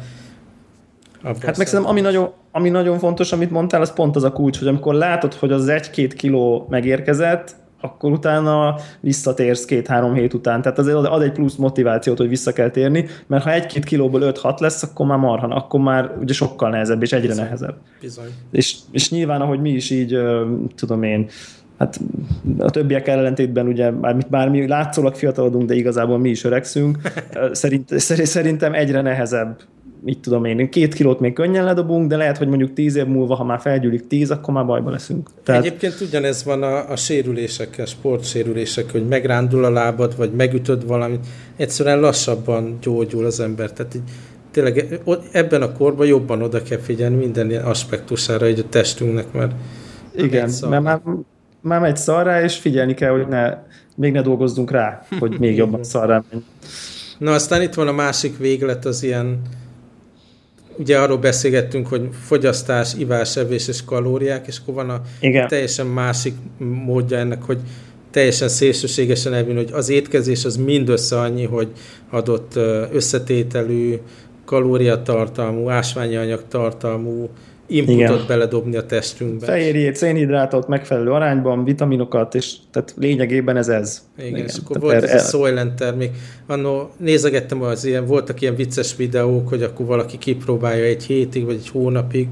Hát meg szerintem, ami nagyon, ami nagyon fontos, amit mondtál, az pont az a kulcs, hogy amikor látod, hogy az egy-két kiló megérkezett, akkor utána visszatérsz két-három hét után. Tehát azért ad egy plusz motivációt, hogy vissza kell térni, mert ha egy-két kilóból öt-hat lesz, akkor már marhan, akkor már ugye sokkal nehezebb, és egyre Bizony. nehezebb. Bizony. És, és nyilván, ahogy mi is így, tudom én, hát a többiek ellentétben ugye, bár mi látszólag fiatalodunk, de igazából mi is öregszünk, szerint, szerintem egyre nehezebb, mit tudom én, két kilót még könnyen ledobunk, de lehet, hogy mondjuk tíz év múlva, ha már felgyűlik tíz, akkor már bajba leszünk. Tehát... Egyébként ugyanez van a, a sérülésekkel, sportsérülések, hogy megrándul a lábad, vagy megütöd valamit, egyszerűen lassabban gyógyul az ember. Tehát így, tényleg ebben a korban jobban oda kell figyelni minden ilyen aspektusára egy a testünknek, mert igen, mert már, már megy szarrá, és figyelni kell, hogy ne, még ne dolgozzunk rá, hogy még jobban szarrá menj. Na, aztán itt van a másik véglet, az ilyen, ugye arról beszélgettünk, hogy fogyasztás, ivás, evés és kalóriák, és akkor van a igen. teljesen másik módja ennek, hogy teljesen szélsőségesen elvinni, hogy az étkezés az mindössze annyi, hogy adott összetételű, kalóriatartalmú, ásványi anyagtartalmú inputot igen. beledobni a testünkbe. Fehérjét, szénhidrátot megfelelő arányban, vitaminokat, és tehát lényegében ez ez. Igen, igen. És akkor tehát volt er, ez a Soylent termék. Annó nézegettem, az ilyen, voltak ilyen vicces videók, hogy akkor valaki kipróbálja egy hétig, vagy egy hónapig,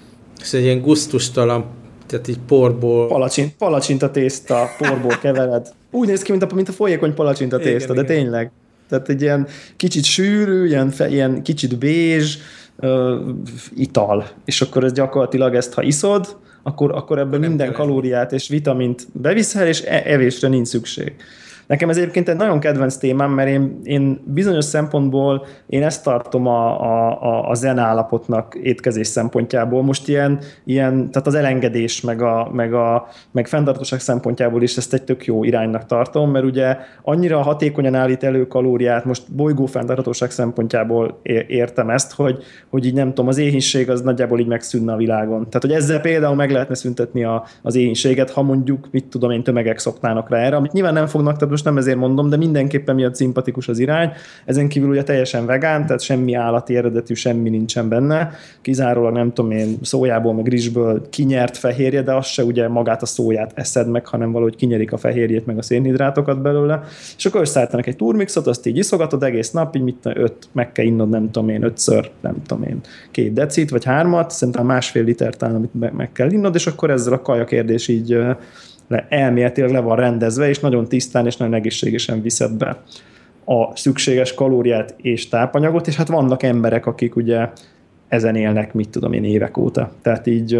és egy ilyen gusztustalan, tehát így porból... Palacsint, palacsinta tészta, porból kevered. Úgy néz ki, mint a, mint a folyékony palacsinta tészta, igen, de igen. tényleg. Tehát egy ilyen kicsit sűrű, ilyen, ilyen kicsit bézs, Uh, ital, és akkor ez gyakorlatilag ezt, ha iszod, akkor, akkor ebben nem minden kalóriát és vitamint beviszel, és evésre nincs szükség. Nekem ez egyébként egy nagyon kedvenc témám, mert én, én bizonyos szempontból én ezt tartom a, a, a zen állapotnak étkezés szempontjából. Most ilyen, ilyen tehát az elengedés, meg a, meg a meg fenntartóság szempontjából is ezt egy tök jó iránynak tartom, mert ugye annyira hatékonyan állít elő kalóriát, most bolygó fenntartóság szempontjából értem ezt, hogy, hogy így nem tudom, az éhínség az nagyjából így megszűnne a világon. Tehát, hogy ezzel például meg lehetne szüntetni a, az éhínséget, ha mondjuk, mit tudom én, tömegek szoknának rá erre, amit nyilván nem fognak, tehát most nem ezért mondom, de mindenképpen miatt szimpatikus az irány. Ezen kívül ugye teljesen vegán, tehát semmi állati eredetű, semmi nincsen benne. Kizárólag nem tudom én, szójából, meg rizsből kinyert fehérje, de az se ugye magát a szóját eszed meg, hanem valahogy kinyerik a fehérjét, meg a szénhidrátokat belőle. És akkor összeállítanak egy turmixot, azt így iszogatod egész nap, így mit öt, meg kell innod, nem tudom én, ötször, nem tudom én, két decit, vagy hármat, szerintem másfél liter talán, amit meg kell innod, és akkor ezzel a kaja kérdés így le, elméletileg le van rendezve, és nagyon tisztán és nagyon egészségesen viszed be a szükséges kalóriát és tápanyagot, és hát vannak emberek, akik ugye ezen élnek, mit tudom én, évek óta. Tehát így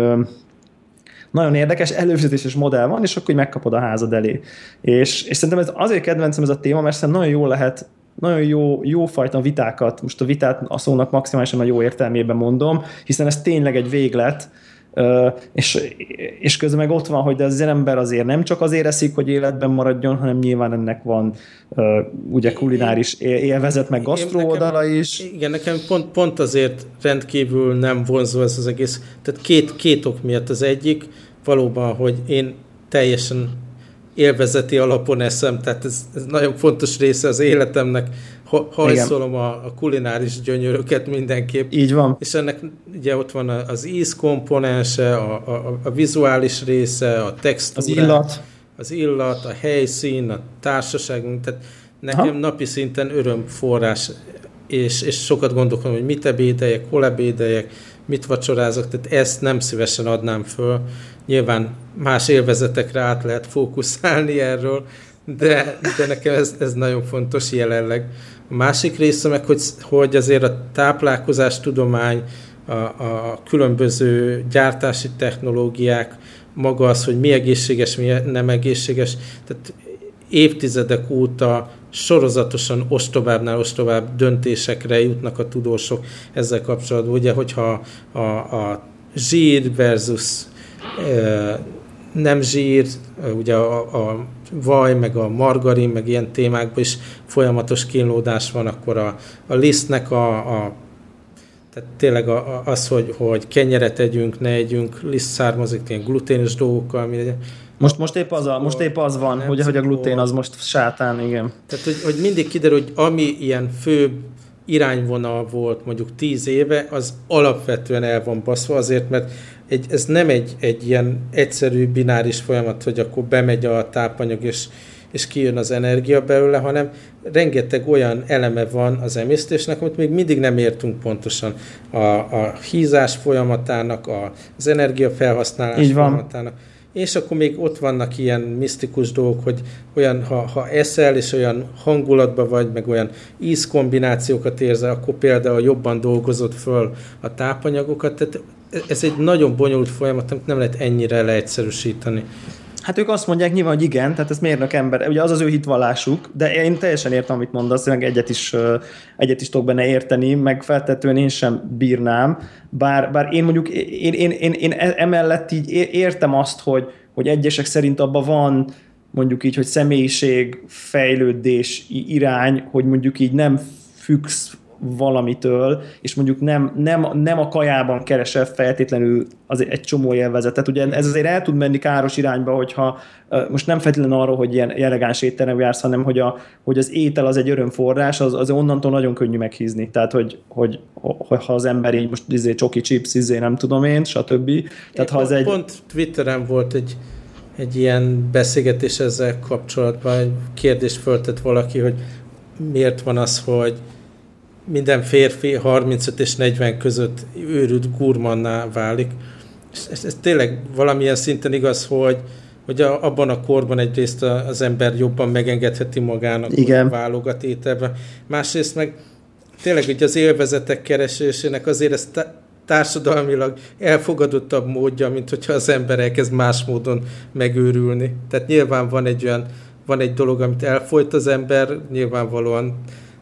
nagyon érdekes, előfizetéses modell van, és akkor így megkapod a házad elé. És, és szerintem ez azért kedvencem ez a téma, mert szerintem nagyon jól lehet, nagyon jó, jó fajta vitákat, most a vitát a szónak maximálisan a jó értelmében mondom, hiszen ez tényleg egy véglet, Uh, és, és közben meg ott van, hogy az ember azért nem csak azért eszik, hogy életben maradjon, hanem nyilván ennek van uh, ugye kulináris élvezet, meg gasztró oldala is. Igen, nekem pont, pont azért rendkívül nem vonzó ez az egész. Tehát két, két ok miatt. Az egyik valóban, hogy én teljesen élvezeti alapon eszem, tehát ez, ez nagyon fontos része az életemnek. Ha, hajszolom a, a kulináris gyönyöröket mindenképp. Így van. És ennek ugye ott van az íz komponense, a, a, a vizuális része, a textúra, az illat, az illat, a helyszín, a társaságunk, tehát nekem ha? napi szinten örömforrás, és, és sokat gondolkodom, hogy mit ebédeljek, hol ebédeljek, mit vacsorázok, tehát ezt nem szívesen adnám föl. Nyilván más élvezetekre át lehet fókuszálni erről, de, de nekem ez, ez nagyon fontos jelenleg. A másik része meg, hogy, hogy azért a táplálkozás tudomány, a, a különböző gyártási technológiák, maga az, hogy mi egészséges, mi nem egészséges, tehát évtizedek óta sorozatosan ostobábbnál ostobább döntésekre jutnak a tudósok ezzel kapcsolatban. Ugye, hogyha a, a zsír versus e, nem zsír, ugye a, a vaj, meg a margarin, meg ilyen témákban is folyamatos kínlódás van, akkor a, a lisztnek a, a Tehát tényleg az, hogy, hogy kenyeret együnk, ne együnk, liszt származik ilyen gluténos dolgokkal. Most, most, épp az a, most épp az van, hogy, hogy a glutén az most sátán, igen. Tehát, hogy, hogy mindig kiderül, hogy ami ilyen fő irányvonal volt mondjuk tíz éve, az alapvetően el van baszva azért, mert egy, ez nem egy, egy ilyen egyszerű bináris folyamat, hogy akkor bemegy a tápanyag és, és kijön az energia belőle, hanem rengeteg olyan eleme van az emésztésnek, amit még mindig nem értünk pontosan. A, a hízás folyamatának, a, az energiafelhasználás folyamatának. És akkor még ott vannak ilyen misztikus dolgok, hogy olyan, ha, ha eszel, és olyan hangulatban vagy, meg olyan ízkombinációkat érzel, akkor például jobban dolgozod föl a tápanyagokat. Tehát ez egy nagyon bonyolult folyamat, amit nem lehet ennyire leegyszerűsíteni. Hát ők azt mondják nyilván, hogy igen, tehát ez mérnök ember, ugye az az ő hitvallásuk, de én teljesen értem, amit mondasz, meg egyet is, egyet is tudok benne érteni, meg feltetően én sem bírnám, bár, bár én mondjuk, én, én, én, én emellett így értem azt, hogy, hogy egyesek szerint abban van mondjuk így, hogy személyiség, fejlődés irány, hogy mondjuk így nem függsz valamitől, és mondjuk nem, nem, nem a kajában keresel feltétlenül az egy csomó élvezetet. Ugye ez azért el tud menni káros irányba, hogyha most nem feltétlenül arról, hogy ilyen elegáns étterembe jársz, hanem hogy, a, hogy az étel az egy örömforrás, az, az onnantól nagyon könnyű meghízni. Tehát, hogy, hogy, hogy ha az ember így most izé, csoki chips, izé, nem tudom én, stb. Tehát, ha az egy... Pont Twitteren volt egy, egy ilyen beszélgetés ezzel kapcsolatban, egy kérdést föltett valaki, hogy miért van az, hogy minden férfi harmincöt és negyven között őrült gurmanná válik. Ez, ez tényleg valamilyen szinten igaz, hogy, hogy a, abban a korban egyrészt az ember jobban megengedheti magának, igen, hogy válogat ételbe. Másrészt meg tényleg hogy az élvezetek keresésének azért ez társadalmilag elfogadottabb módja, mint hogyha az ember elkezd más módon megőrülni. Tehát nyilván van egy olyan, van egy dolog, amit elfolyt az ember, nyilvánvalóan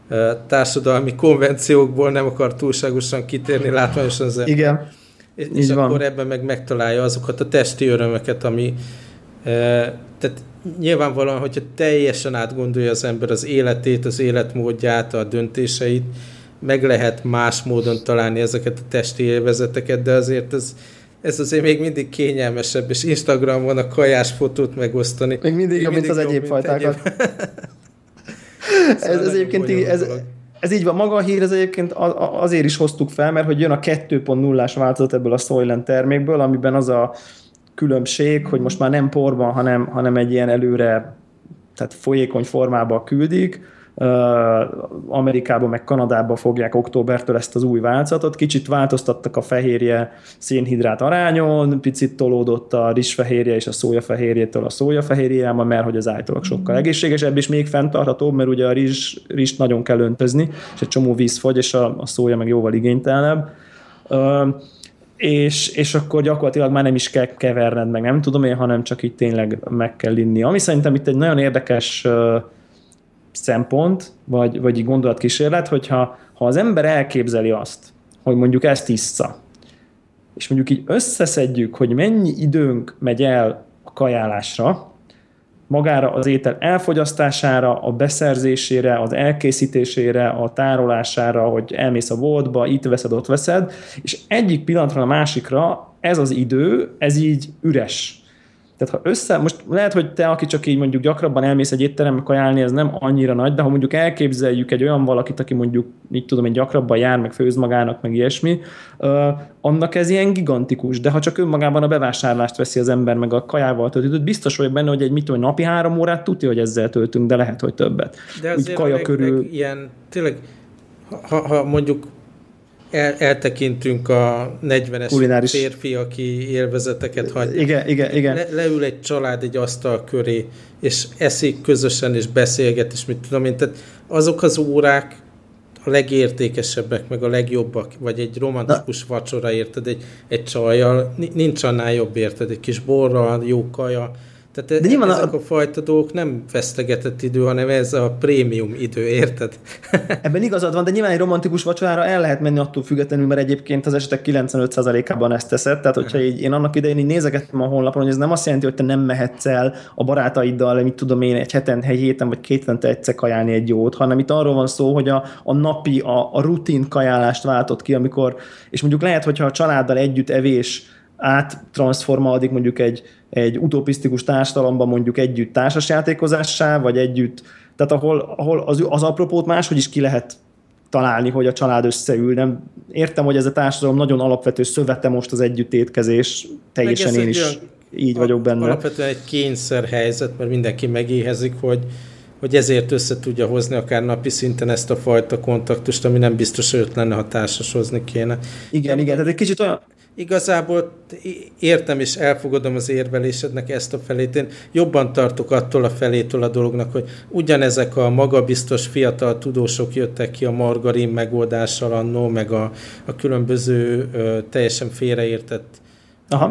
társadalmi konvenciókból nem akar túlságosan kitérni látványosan az ember. Igen. És, és akkor ebben meg megtalálja azokat a testi örömöket, ami e, tehát nyilvánvalóan, hogyha teljesen átgondolja az ember az életét, az életmódját, a döntéseit, meg lehet más módon találni ezeket a testi élvezeteket, de azért ez, ez azért még mindig kényelmesebb, és Instagramon a kajás fotót megosztani. Még mindig, még mindig mint az egyéb fajtákat. Szóval ez, ez egyébként így, ez, ez így van. Maga a hír ez egyébként azért is hoztuk fel, mert hogy jön a kettő pont nullás változat ebből a Soylent termékből, amiben az a különbség, hogy most már nem porban, hanem, hanem egy ilyen előre, tehát folyékony formában küldik. Amerikában meg Kanadában fogják októbertől ezt az új változatot. Kicsit változtattak a fehérje szénhidrát arányon, picit tolódott a rizsfehérje és a szójafehérjétől a szójafehérjéjába, mert hogy az állítólag sokkal egészségesebb és még fenntarthatóbb, mert ugye a rizs, rizst nagyon kell öntözni, és egy csomó víz fogy, és a, a szója meg jóval igénytelenebb. És, és akkor gyakorlatilag már nem is kell keverned, meg nem tudom én, hanem csak így tényleg meg kell inni. Ami szerintem itt egy nagyon érdekes szempont, vagy, vagy így gondolatkísérlet, hogyha ha az ember elképzeli azt, hogy mondjuk ezt issza, és mondjuk így összeszedjük, hogy mennyi időnk megy el a kajálásra, magára az étel elfogyasztására, a beszerzésére, az elkészítésére, a tárolására, hogy elmész a boltba, itt veszed, ott veszed, és egyik pillanatra a másikra ez az idő, ez így üres. Tehát ha össze, most lehet, hogy te, aki csak így mondjuk gyakrabban elmész egy étterembe kajálni, ez nem annyira nagy, de ha mondjuk elképzeljük egy olyan valakit, aki mondjuk, így tudom, egy gyakrabban jár, meg főz magának, meg ilyesmi, uh, annak ez ilyen gigantikus, de ha csak önmagában a bevásárlást veszi az ember, meg a kajával töltött, biztos vagyok benne, hogy egy mit tudom, napi három órát tudja, hogy ezzel töltünk, de lehet, hogy többet. De azért kaja meg, körül... meg ilyen, tényleg, ha, ha mondjuk El, eltekintünk a negyvenes kulináris férfi, aki élvezeteket hagy. Igen, igen, igen. Le, leül egy család egy asztal köré, és eszik közösen, és beszélget, és mit tudom én. Tehát azok az órák a legértékesebbek, meg a legjobbak, vagy egy romantikus Na. vacsora, érted, egy, egy csajjal, nincs annál jobb, érted, egy kis borral, jó kaja. Tehát De ezek a... a fajta dolgok nem vesztegetett idő, hanem ez a prémium idő, érted? Ebben igazad van, de nyilván egy romantikus vacsorára el lehet menni attól függetlenül, mert egyébként az esetek kilencvenöt százalékában ezt teszed. Tehát, hogyha így, én annak idején így nézegettem a honlapon, hogy ez nem azt jelenti, hogy te nem mehetsz el a barátaiddal, mit tudom én, egy heten, egy héten vagy két hetente egyszer kajálni egy jót, hanem itt arról van szó, hogy a, a napi, a, a rutin kajálást váltott ki, amikor, és mondjuk lehet, hogyha a családdal együtt evés áttranszformálódik mondjuk egy, egy utopisztikus társadalomban mondjuk együtt társasjátékozássá, vagy együtt, tehát ahol, ahol az, az apropót máshogy is ki lehet találni, hogy a család összeül. Nem, értem, hogy ez a társadalom nagyon alapvető szövete most az együtt étkezés, teljesen én is így vagyok benne. Alapvetően egy kényszerhelyzet, mert mindenki megéhezik, hogy, hogy ezért össze tudja hozni akár napi szinten ezt a fajta kontaktust, ami nem biztos, hogy lenne, ha társashozni kéne. Igen, De igen, tehát egy kicsit olyan... Igazából értem és elfogadom az érvelésednek ezt a felét. Én jobban tartok attól a felétől a dolognak, hogy ugyanezek a magabiztos fiatal tudósok jöttek ki a margarin megoldással annó, meg a, a különböző ö, teljesen félreértett ö,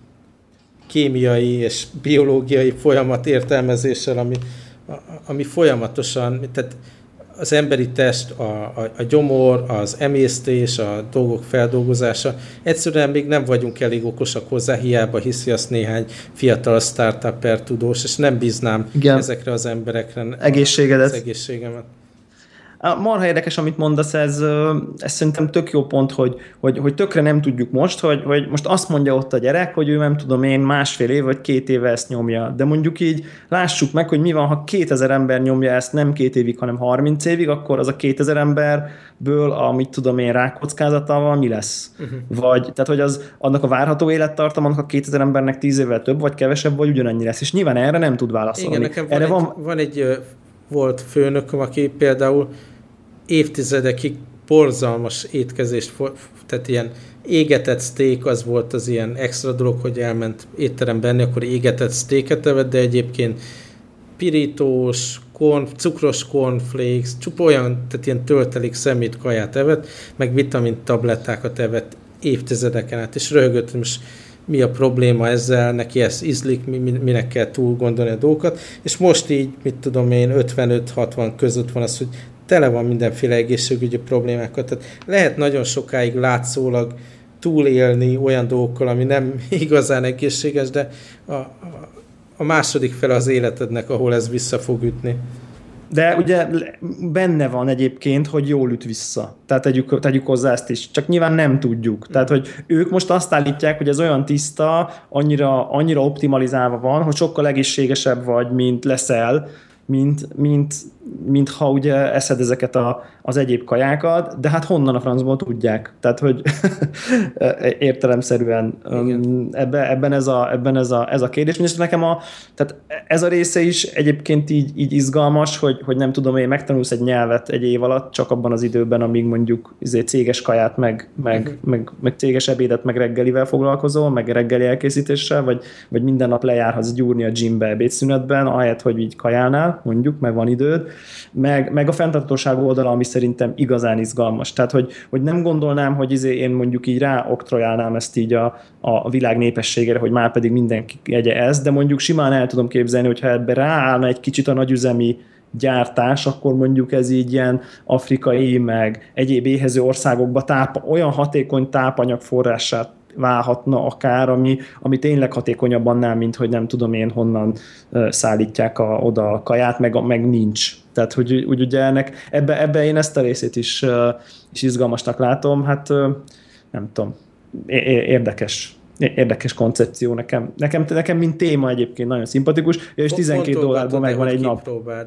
kémiai és biológiai folyamat értelmezéssel, ami, a, ami folyamatosan, tehát az emberi test, a, a, a gyomor, az emésztés, a dolgok feldolgozása. Egyszerűen még nem vagyunk elég okosak hozzá, hiába hiszi azt néhány fiatal startupper tudós, és nem bíznám Igen. ezekre az emberekre Egészségedet. az egészségemet. Marha érdekes, amit mondasz, ez, ez szerintem tök jó pont, hogy, hogy, hogy tökre nem tudjuk most, hogy, hogy most azt mondja ott a gyerek, hogy ő nem tudom én másfél év vagy két éve ezt nyomja. De mondjuk így lássuk meg, hogy mi van, ha kétezer ember nyomja ezt nem két évig, hanem harminc évig, akkor az a kétezer emberből a mit tudom én rákockázatával mi lesz? Uh-huh. Vagy, tehát hogy az, annak a várható élettartam, annak a kétezer embernek tíz évvel több, vagy kevesebb, vagy ugyanannyi lesz. És nyilván erre nem tud válaszolni. Igen, nekem van, erre egy, van... van egy volt főnököm, aki például évtizedekig borzalmas étkezést, tehát ilyen égetett steak, az volt az ilyen extra dolog, hogy elment étterembe enni, akkor égetett steaket evett, de egyébként pirítós, korn, cukros cornflakes, csupa olyan, tehát ilyen töltelék szemét kaját evett, meg vitamin tablettákat evett évtizedeken át, és röhögött, hogy most mi a probléma ezzel, neki ez ízlik, minek kell túl gondolni a dolgokat, és most így, mit tudom én, ötvenöt-hatvan között van az, hogy tele van mindenféle egészségügyi problémákat. Tehát lehet nagyon sokáig látszólag túlélni olyan dolgokkal, ami nem igazán egészséges, de a, a, a második fele az életednek, ahol ez vissza fog ütni. De ugye benne van egyébként, hogy jól üt vissza. Tehát tegyük, tegyük hozzá ezt is. Csak nyilván nem tudjuk. Tehát, hogy ők most azt állítják, hogy ez olyan tiszta, annyira, annyira optimalizálva van, hogy sokkal egészségesebb vagy, mint leszel, mint, mint, mint ha ugye eszed ezeket a, az egyéb kajákat, de hát honnan a francból tudják? Tehát, hogy értelemszerűen ebben, ebben, ez a, ebben ez, a, ez a kérdés. És nekem a, tehát ez a része is egyébként így, így izgalmas, hogy, hogy nem tudom, én megtanulsz egy nyelvet egy év alatt, csak abban az időben, amíg mondjuk céges kaját, meg, meg, uh-huh. meg, meg céges ebédet, meg reggelivel foglalkozol, meg reggeli elkészítéssel, vagy, vagy minden nap lejárhatsz gyúrni a gymbe ebédszünetben, ahelyett, hogy így kajálnál, mondjuk, meg van időd, meg, meg a fenntartóság oldala, ami szerintem igazán izgalmas. Tehát, hogy, hogy nem gondolnám, hogy izé én mondjuk így ráoktrojálnám ezt így a, a világ népességére, hogy már pedig mindenki egye ezt, de mondjuk simán el tudom képzelni, hogyha ebbe ráállna egy kicsit a nagyüzemi gyártás, akkor mondjuk ez így ilyen afrikai, meg egyéb éhező országokba táp, olyan hatékony tápanyag forrását válhatna akár, ami, ami tényleg hatékonyabb annál, mint hogy nem tudom én honnan szállítják a, oda a kaját, meg, meg nincs. Tehát, hogy úgy ugye ennek, ebbe, ebbe én ezt a részét is, is izgalmasnak látom, hát nem tudom, érdekes. Érdekes koncepció nekem. Nekem, nekem mint téma egyébként nagyon szimpatikus, és tizenkét dollárban megvan egy nap.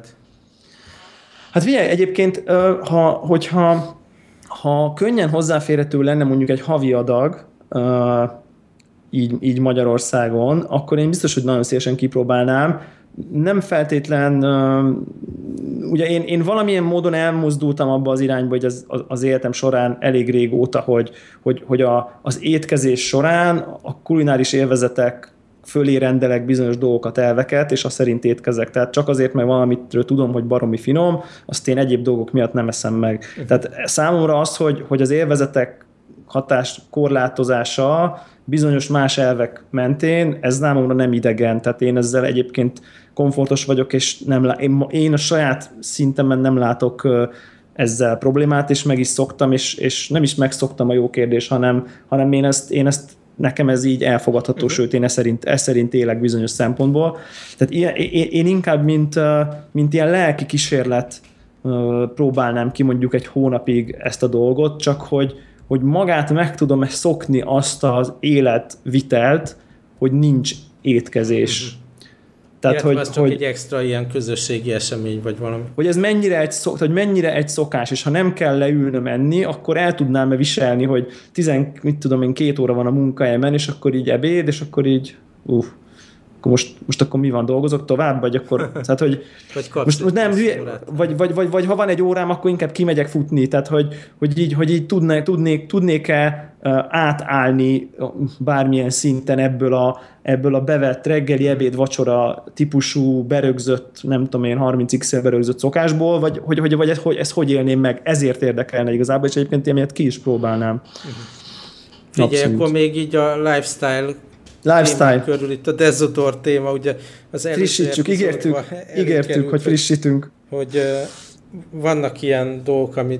Hát figyelj, egyébként, ha, hogyha ha könnyen hozzáférhető lenne mondjuk egy havi adag, Uh, így, így Magyarországon, akkor én biztos, hogy nagyon szívesen kipróbálnám. Nem feltétlen, uh, ugye én, én valamilyen módon elmozdultam abba az irányba, hogy az, az életem során elég régóta, hogy, hogy, hogy a, az étkezés során a kulináris élvezetek fölé rendelek bizonyos dolgokat, elveket, és azt szerint étkezek. Tehát csak azért, mert valamitről tudom, hogy baromi finom, azt én egyéb dolgok miatt nem eszem meg. Tehát számomra az, hogy, hogy az élvezetek hatás korlátozása bizonyos más elvek mentén, ez számomra nem idegen, tehát én ezzel egyébként komfortos vagyok, és nem lá- én, én a saját szintemen nem látok ezzel problémát, és meg is szoktam, és, és nem is megszoktam a jó kérdés, hanem, hanem én, ezt, én ezt nekem ez így elfogadható, uh-huh. sőt, én ez szerint, ez szerint élek bizonyos szempontból. Tehát ilyen, én, én inkább, mint, mint ilyen lelki kísérlet próbálnám ki mondjuk egy hónapig ezt a dolgot, csak hogy, hogy magát meg tudom-e szokni azt az életvitelt, hogy nincs étkezés. Uh-huh. Tehát, hogy, az csak hogy, egy extra ilyen közösségi esemény, vagy valami. Hogy ez mennyire egy, szok, hogy mennyire egy szokás, és ha nem kell leülnöm enni, akkor el tudnám-e viselni, hogy tizen, mit tudom én, két óra van a munkahelyemen, és akkor így ebéd, és akkor így, uff, akkor most, most akkor mi van, dolgozok tovább, vagy akkor, tehát, hogy vagy most, most nem, vagy, vagy, vagy, vagy ha van egy órám, akkor inkább kimegyek futni, tehát, hogy, hogy így, hogy így tudnék, tudnék, tudnék-e átállni bármilyen szinten ebből a, ebből a bevett reggeli, ebéd, vacsora típusú berögzött, nem tudom én, harminc x-el berögzött szokásból, vagy hogy, hogy, vagy ezt, hogy, ezt hogy élném meg, ezért érdekelne igazából, és egyébként emiatt ki is próbálnám. Uh-huh. Figyelj, akkor még így a lifestyle Lifestyle. Körül itt a Desodor téma, ugye az frissítsük, ígértük, ígértük, hogy frissítünk. Hogy uh, vannak ilyen dolgok, amit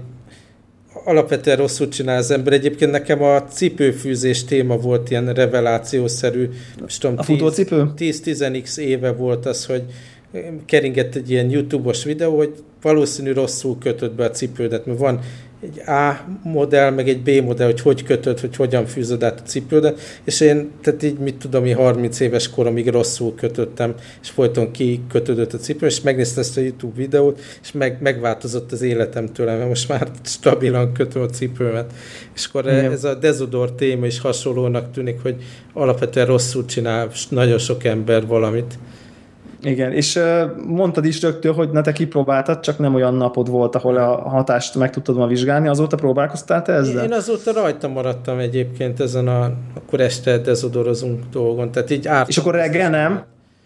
alapvetően rosszul csinál az ember. Egyébként nekem a cipőfűzés téma volt ilyen revelációszerű. A futócipő? tíz-tíz x éve volt az, hogy keringett egy ilyen YouTube-os videó, hogy valószínű rosszul kötött be a cipődet, mert van egy A modell, meg egy B modell, hogy hogy kötöd, hogy hogyan fűzöd át a cipődet, és én, tehát így mit tudom, én harminc éves koromig rosszul kötöttem, és folyton kikötődött a cipő, és megnéztem ezt a YouTube videót, és meg, megváltozott az életem tőlem, mert most már stabilan kötöm a cipőmet. És akkor igen. Ez a Desodor téma is hasonlónak tűnik, hogy alapvetően rosszul csinál nagyon sok ember valamit. Igen, és mondtad is rögtön, hogy na te kipróbáltad, csak nem olyan napod volt, ahol a hatást meg tudtad ma vizsgálni. Azóta próbálkoztál te ezzel? Én azóta rajta maradtam egyébként ezen a akkor este dezodorozunk dolgon. Tehát így ártam. És akkor reggel nem?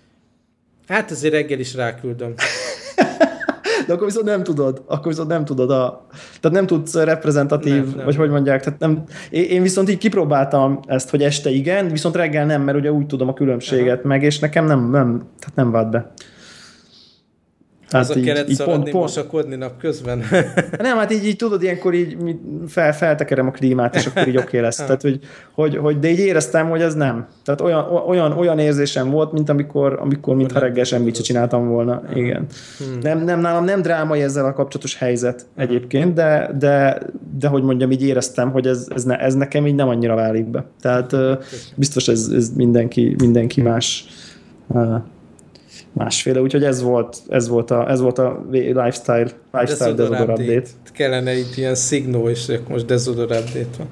Hát azért reggel is ráküldöm. De akkor viszont nem tudod, akkor viszont nem tudod, a, tehát nem tudsz reprezentatív, nem, nem. vagy hogy mondják, tehát nem, én viszont így kipróbáltam ezt, hogy este igen, viszont reggel nem, mert ugye úgy tudom a különbséget aha. meg, és nekem nem, nem, tehát nem vált be. Az a keret szaladni, mosakodni napközben. Nem, hát így, így tudod, ilyenkor így fel, feltekerem a klímát, és akkor így oké lesz. Tehát, hogy, hogy, hogy, de így éreztem, hogy ez nem. Tehát olyan, olyan, olyan érzésem volt, mint amikor, amikor mintha reggel semmit sem csináltam volna. Aha. Igen. Hmm. Nem, nem, nálam nem drámai ezzel a kapcsolatos helyzet aha. egyébként, de, de, de hogy mondjam, így éreztem, hogy ez, ez, ne, ez nekem így nem annyira válik be. Tehát biztos ez, ez mindenki, mindenki más másféle, úgyhogy ez volt, ez volt a, ez volt a lifestyle, lifestyle Desodor update. update. Kellene itt ilyen szignó, és most Desodor update van.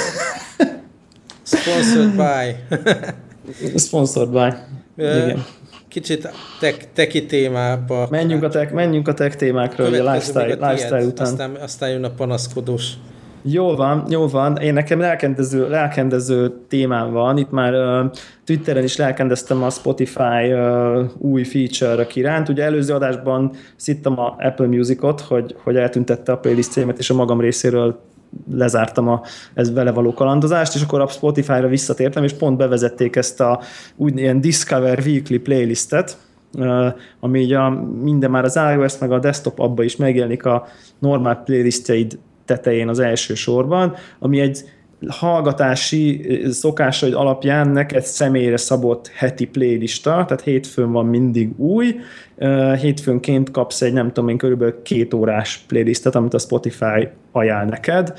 Sponsored by. Sponsored by. Igen. Kicsit tech, teki témába. Menjünk a tech, menjünk a tech témákról, a lifestyle, a lifestyle tiéd, után. Aztán, aztán jön a panaszkodós. Jól van, jól van. Én nekem lelkendező, lelkendező témám van. Itt már uh, Twitteren is lelkendeztem a Spotify uh, új feature-ök iránt. Ugye előző adásban szittem a Apple Musicot, hogy, hogy eltüntette a playlistjémet, és a magam részéről lezártam a ez vele való kalandozást, és akkor a Spotify-ra visszatértem, és pont bevezették ezt a úgy ilyen Discover Weekly playlistet, uh, ami így a, minden már az iOS meg a desktop abba is megjelenik a normál playlistjeid tetején az első sorban, ami egy hallgatási szokásaid alapján neked személyre szabott heti playlista, tehát hétfőn van mindig új, hétfőnként kapsz egy nem tudom én körülbelül két órás playlistet, amit a Spotify ajánl neked,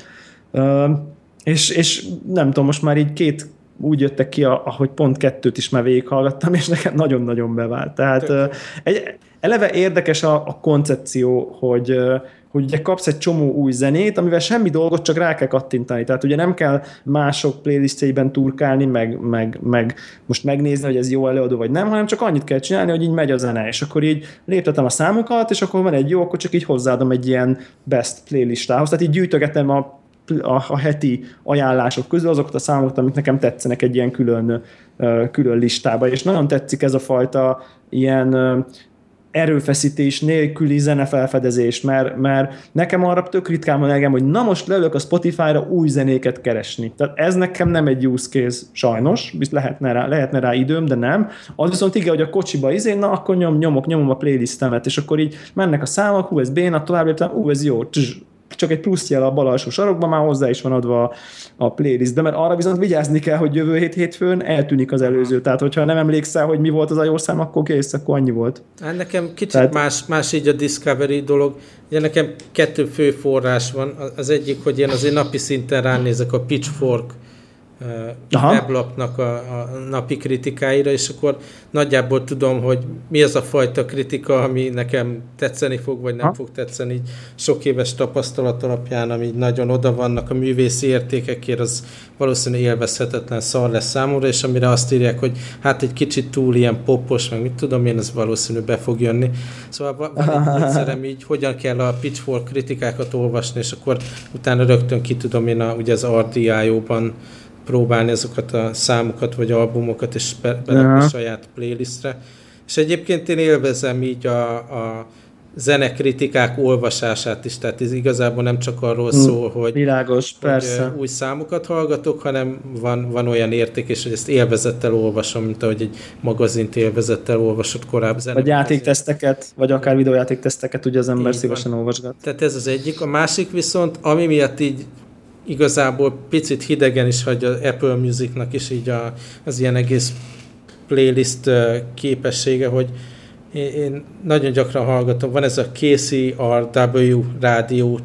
és, és nem tudom, most már így két úgy jöttek ki, ahogy pont kettőt is már végighallgattam, és nekem nagyon-nagyon bevált. Tehát egy, eleve érdekes a, a koncepció, hogy hogy ugye kapsz egy csomó új zenét, amivel semmi dolgot, csak rá kell kattintani. Tehát ugye nem kell mások playlistjeiben turkálni, meg, meg, meg most megnézni, hogy ez jó előadó vagy nem, hanem csak annyit kell csinálni, hogy így megy a zene, és akkor így léptetem a számokat, és akkor van egy jó, akkor csak így hozzáadom egy ilyen best playlistához. Tehát így gyűjtögetem a, a, a heti ajánlások közül azokat a számokat, amik nekem tetszenek egy ilyen külön, külön listába. És nagyon tetszik ez a fajta ilyen erőfeszítés nélküli zenefelfedezést, mert, mert nekem arra tök ritkán van engem, hogy na most leülök a Spotify-ra új zenéket keresni. Tehát ez nekem nem egy use case, sajnos, lehetne rá, lehetne rá időm, de nem. Az viszont igen, hogy a kocsiba izé, na akkor nyom, nyomok, nyomom a playlistemet, és akkor így mennek a számok, hú, ez béna, tovább léptem, hú, ez jó, Tzs, csak egy plusz jel a bal alsó sarokban, már hozzá is van adva a, a playlistbe, mert arra viszont vigyázni kell, hogy jövő hét hétfőn eltűnik az előző. Tehát, hogyha nem emlékszel, hogy mi volt az a jó szám, akkor kész, akkor annyi volt. Hát nekem kicsit Tehát... más, más így a Discovery dolog. Ugye nekem kettő fő forrás van. Az egyik, hogy én azért napi szinten ránézek a Pitchfork Aha. weblapnak a, a napi kritikáira, és akkor nagyjából tudom, hogy mi az a fajta kritika, ami nekem tetszeni fog, vagy nem Aha. fog tetszeni. Így sok éves tapasztalat alapján, ami nagyon oda vannak a művészi értékekért, az valószínűleg élvezhetetlen szar lesz számomra, és amire azt írják, hogy hát egy kicsit túl ilyen popos, meg mit tudom én, ez valószínű be fog jönni. Szóval van egy módszerem így, hogyan kell a Pitchfork kritikákat olvasni, és akkor utána rögtön ki tudom én a, ugye az R D I O-ban próbálni azokat a számokat, vagy albumokat, és berakni a saját playlistre. És egyébként én élvezem így a, a zenekritikák olvasását is, tehát ez igazából nem csak arról szól, hogy, Világos, hogy persze. új számokat hallgatok, hanem van, van olyan érték, és hogy ezt élvezettel olvasom, mint ahogy egy magazint élvezettel olvasott korábban. Vagy játékteszteket, vagy akár videójátékteszteket, ugye az ember így szívesen van. olvasgat. Tehát ez az egyik. A másik viszont, ami miatt így igazából picit hidegen is hagyja Apple Musicnak is így a, az ilyen egész playlist képessége, hogy én nagyon gyakran hallgatom, van ez a K C R W rádió,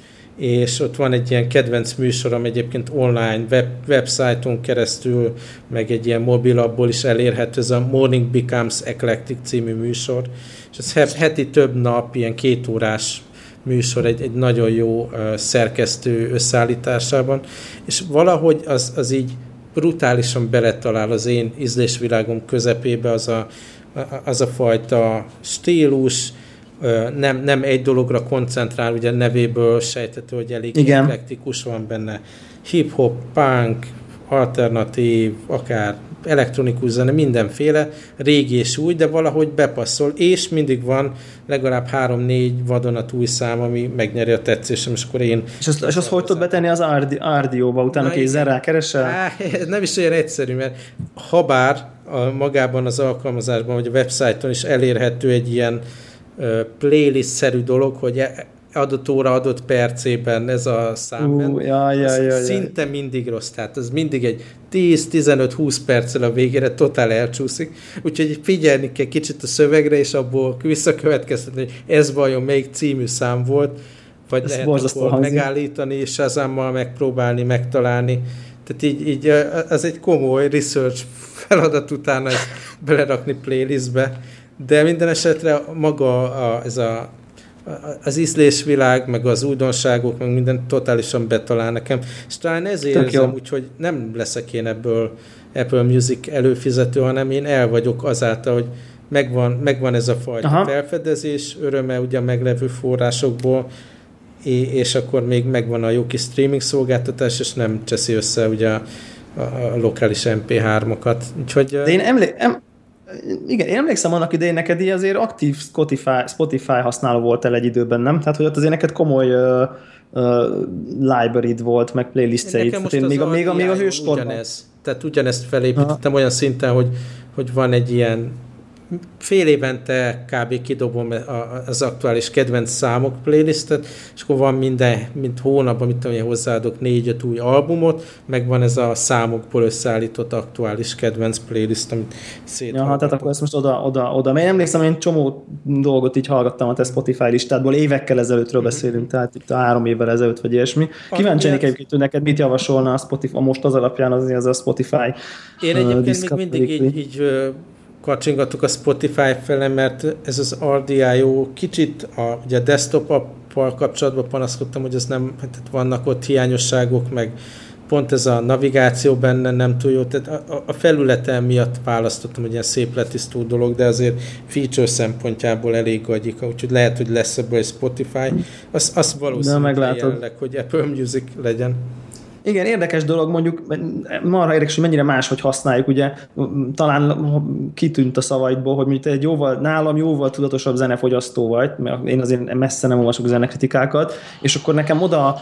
és ott van egy ilyen kedvenc műsorom egyébként online, web, websájton keresztül, meg egy ilyen mobilabból is elérhető, ez a Morning Becomes Eclectic című műsor, és ez heti több nap, ilyen két órás műsor egy, egy nagyon jó uh, szerkesztő összeállításában, és valahogy az, az így brutálisan beletalál az én ízlésvilágom közepébe az a, az a fajta stílus, uh, nem, nem egy dologra koncentrál, ugye nevéből sejthető, hogy elég eklektikus, van benne hip-hop, punk, alternatív, akár elektronikus zene, mindenféle, régi és új, de valahogy bepasszol, és mindig van legalább három-négy vadonatúj szám, ami megnyeri a tetszésem, és akkor én... És azt, és azt hogy tudod betenni az R D O-ba, utána kézzel rákeresel? Nem is olyan egyszerű, mert habár a, magában az alkalmazásban, vagy a websájton is elérhető egy ilyen uh, playlist-szerű dolog, hogy adott óra, adott percében ez a szám. Uh, jaj, jaj, jaj, szinte jaj. mindig rossz, tehát az mindig egy tíz-tizenöt-húsz perccel a végére totál elcsúszik, úgyhogy figyelni kell kicsit a szövegre, és abból visszakövetkeztetni, hogy ez vajon melyik című szám volt, vagy ezt lehet akkor hangzik. megállítani, és azánmal megpróbálni, megtalálni. Tehát így, így az egy komoly research feladat utána ezt belerakni playlistbe, de minden esetre maga a, ez a az ízlésvilág, meg az újdonságok, meg minden totálisan betalál nekem. És talán ezért érzem úgy, hogy nem leszek én ebből Apple Music előfizető, hanem én el vagyok azáltal, hogy megvan, megvan ez a fajta Aha. felfedezés, öröme ugye a meglevő forrásokból, és akkor még megvan a jó kis streaming szolgáltatás, és nem cseszi össze ugye a, a, a lokális em pé hármakat. Úgyhogy... De én emlé- em- Igen, én emlékszem annak idején, neked így azért aktív Spotify, Spotify használó voltál egy időben, nem? Tehát, hogy ott azért neked komoly uh, uh, library-d volt, meg playlistjeid. Nekem most még, a, még, a, még a hőskorban. Ugyanez. Tehát ugyanezt felépítettem Aha. olyan szinten, hogy, hogy van egy ilyen fél évente kb. Kidobom az aktuális kedvenc számok playlistet, és akkor van minden, mint hónapban, mit tudom én, hozzáadok négy-öt új albumot, meg van ez a számokból összeállított aktuális kedvenc playlist, amit széthallgatok. Ja, tehát akkor ezt most oda, oda, oda. Mert én emlékszem, én csomó dolgot így hallgattam a te Spotify listádból, évekkel ezelőttről mm-hmm. beszélünk, tehát itt a három évvel ezelőtt, vagy ilyesmi. Kíváncsi lennék egyébként, hogy neked mit javasolna a Spotify, most az alapján az, az a Spotify. Én egyébként uh, még mindig így, így kacsingatok a Spotify fele, mert ez az R D I O kicsit a, ugye a desktop appal kapcsolatban panaszkodtam, hogy ez nem, tehát vannak ott hiányosságok, meg pont ez a navigáció benne nem túl jó, tehát a, a felületen miatt választottam, hogy ilyen szép letisztult dolog, de azért feature szempontjából elég agyika, úgyhogy lehet, hogy lesz ebből egy Spotify, az, az valószínűleg jelenleg, hogy Apple Music legyen. Igen, érdekes dolog, mondjuk marha érdekes, hogy mennyire máshogy használjuk, ugye talán kitűnt a szavaidból, hogy mondjuk te egy jóval, nálam jóval tudatosabb zenefogyasztó vagy, mert én azért messze nem olvasok zenekritikákat, és akkor nekem oda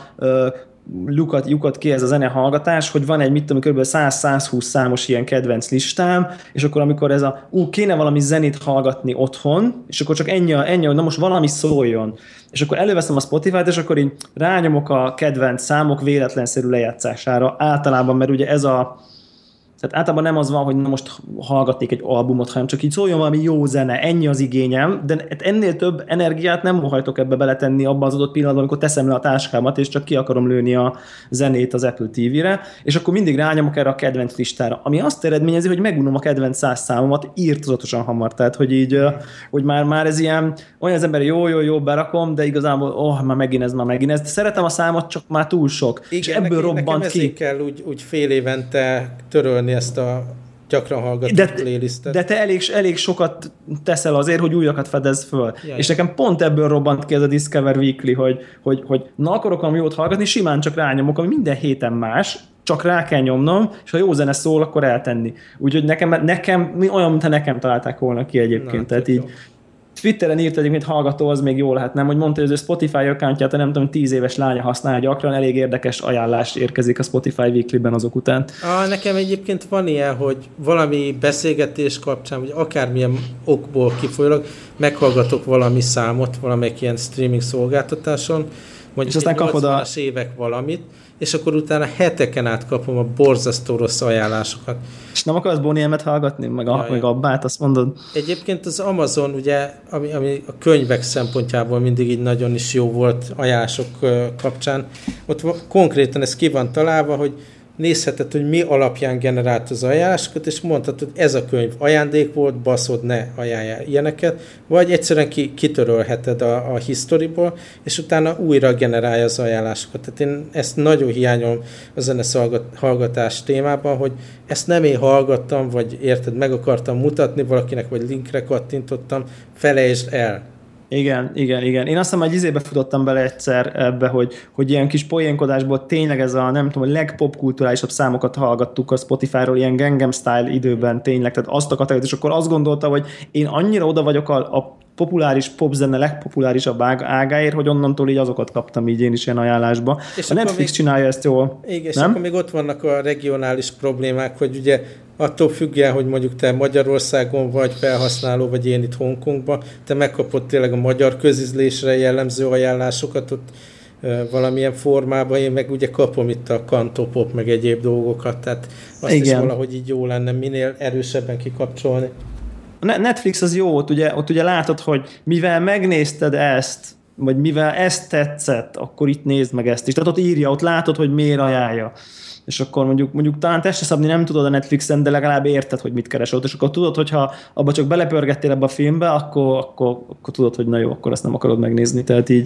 lyukat, lyukat ki ez a zenehallgatás, hogy van egy, mit tudom, kb. száz-százhúsz számos ilyen kedvenc listám, és akkor amikor ez a, ú, kéne valami zenét hallgatni otthon, és akkor csak ennyi, ennyi, hogy na most valami szóljon. És akkor előveszem a Spotify-t, és akkor így rányomok a kedvenc számok véletlenszerű lejátszására. Általában, mert ugye ez a Tehát általában nem az van, hogy na most hallgatnék egy albumot, hanem csak így szóljon valami jó zene, ennyi az igényem, de ennél több energiát nem hajtok ebbe beletenni abban az adott pillanatban, amikor teszem le a táskámat, és csak ki akarom lőni a zenét az Apple té vére, és akkor mindig rányomok erre a kedvenc listára, ami azt eredményezi, hogy megunom a kedvenc száz számomat írtozatosan hamar, tehát hogy így, hogy már, már ez ilyen, olyan az ember jó, jó, jó, berakom, de igazából, oh, már megint ez, már megint ez. Szeretem a számot, csak már túl sok. Igen, és ebből nekem, robbant nekem ki. kell úgy, úgy fél évente törölni ezt a gyakran hallgatott de, playlistet. De te elég, elég sokat teszel azért, hogy újakat fedez föl. Jaj. És nekem pont ebből robbant ki ez a Discover Weekly, hogy, hogy, hogy na akarok valami jót hallgatni, simán csak rányomok, ami minden héten más, csak rá kell nyomnom, és ha jó zene szól, akkor eltenni. Úgyhogy nekem, nekem olyan, mintha nekem találták volna ki egyébként. Na, tehát így jó. Twitteren írt egyébként hallgató, az még jó lehet, nem? Hogy mondta, hogy az ő Spotify accountját, nem tudom, tíz éves lánya használja gyakran, elég érdekes ajánlás érkezik a Spotify Weekly-ben azok után. Ah, nekem egyébként van ilyen, hogy valami beszélgetés kapcsán, vagy akármilyen okból kifolyólag meghallgatok valami számot, valamelyik ilyen streaming szolgáltatáson, mondjuk aztán nyolcvanas évek valamit, és akkor utána heteken át kapom a borzasztó rossz ajánlásokat. És nem akarsz Bonnie M-et hallgatni, meg, a, meg Abbát, azt mondod? Egyébként az Amazon, ugye, ami, ami a könyvek szempontjából mindig így nagyon is jó volt ajánlások kapcsán, ott konkrétan ez ki van találva, hogy nézheted, hogy mi alapján generált az ajánlásokat, és mondhatod, hogy ez a könyv ajándék volt, baszod, ne ajánljál ilyeneket, vagy egyszerűen ki, kitörölheted a, a historyból, és utána újra generálja az ajánlásokat. Tehát én ezt nagyon hiányolom a zenehallgatás témában, hogy ezt nem én hallgattam, vagy érted, meg akartam mutatni valakinek, vagy linkre kattintottam, felejtsd el. Igen, igen, igen. Én azt hiszem, hogy izébe futottam bele egyszer ebbe, hogy, hogy ilyen kis poénkodásból tényleg ez a, nem tudom, a legpopkulturálisabb számokat hallgattuk a Spotify-ról, ilyen Gangnam Style időben tényleg, tehát azt a kategóriát, és akkor azt gondolta, hogy én annyira oda vagyok a, a populáris popzene legpopulárisabb ág, ágáért, hogy onnantól így azokat kaptam így én is ilyen ajánlásba. És a Netflix még, csinálja ezt jól. Igen, és akkor még ott vannak a regionális problémák, hogy ugye attól függően, hogy mondjuk te Magyarországon vagy felhasználó, vagy én itt Hongkongban, te megkapod tényleg a magyar közízlésre jellemző ajánlásokat ott e, valamilyen formában, én meg ugye kapom itt a kantopop, meg egyéb dolgokat, tehát azt Igen. is valahogy így jó lenne minél erősebben kikapcsolni. A Netflix az jó, ott ugye, ott ugye látod, hogy mivel megnézted ezt, vagy mivel ezt tetszett, akkor itt nézd meg ezt is. Tehát ott írja, ott látod, hogy miért ajánlja. És akkor mondjuk, mondjuk talán testre szabni nem tudod a Netflixen, de legalább érted, hogy mit keresel ott. És akkor tudod, hogyha abba csak belepörgettél ebbe a filmbe, akkor, akkor, akkor tudod, hogy na jó, akkor ezt nem akarod megnézni. Tehát így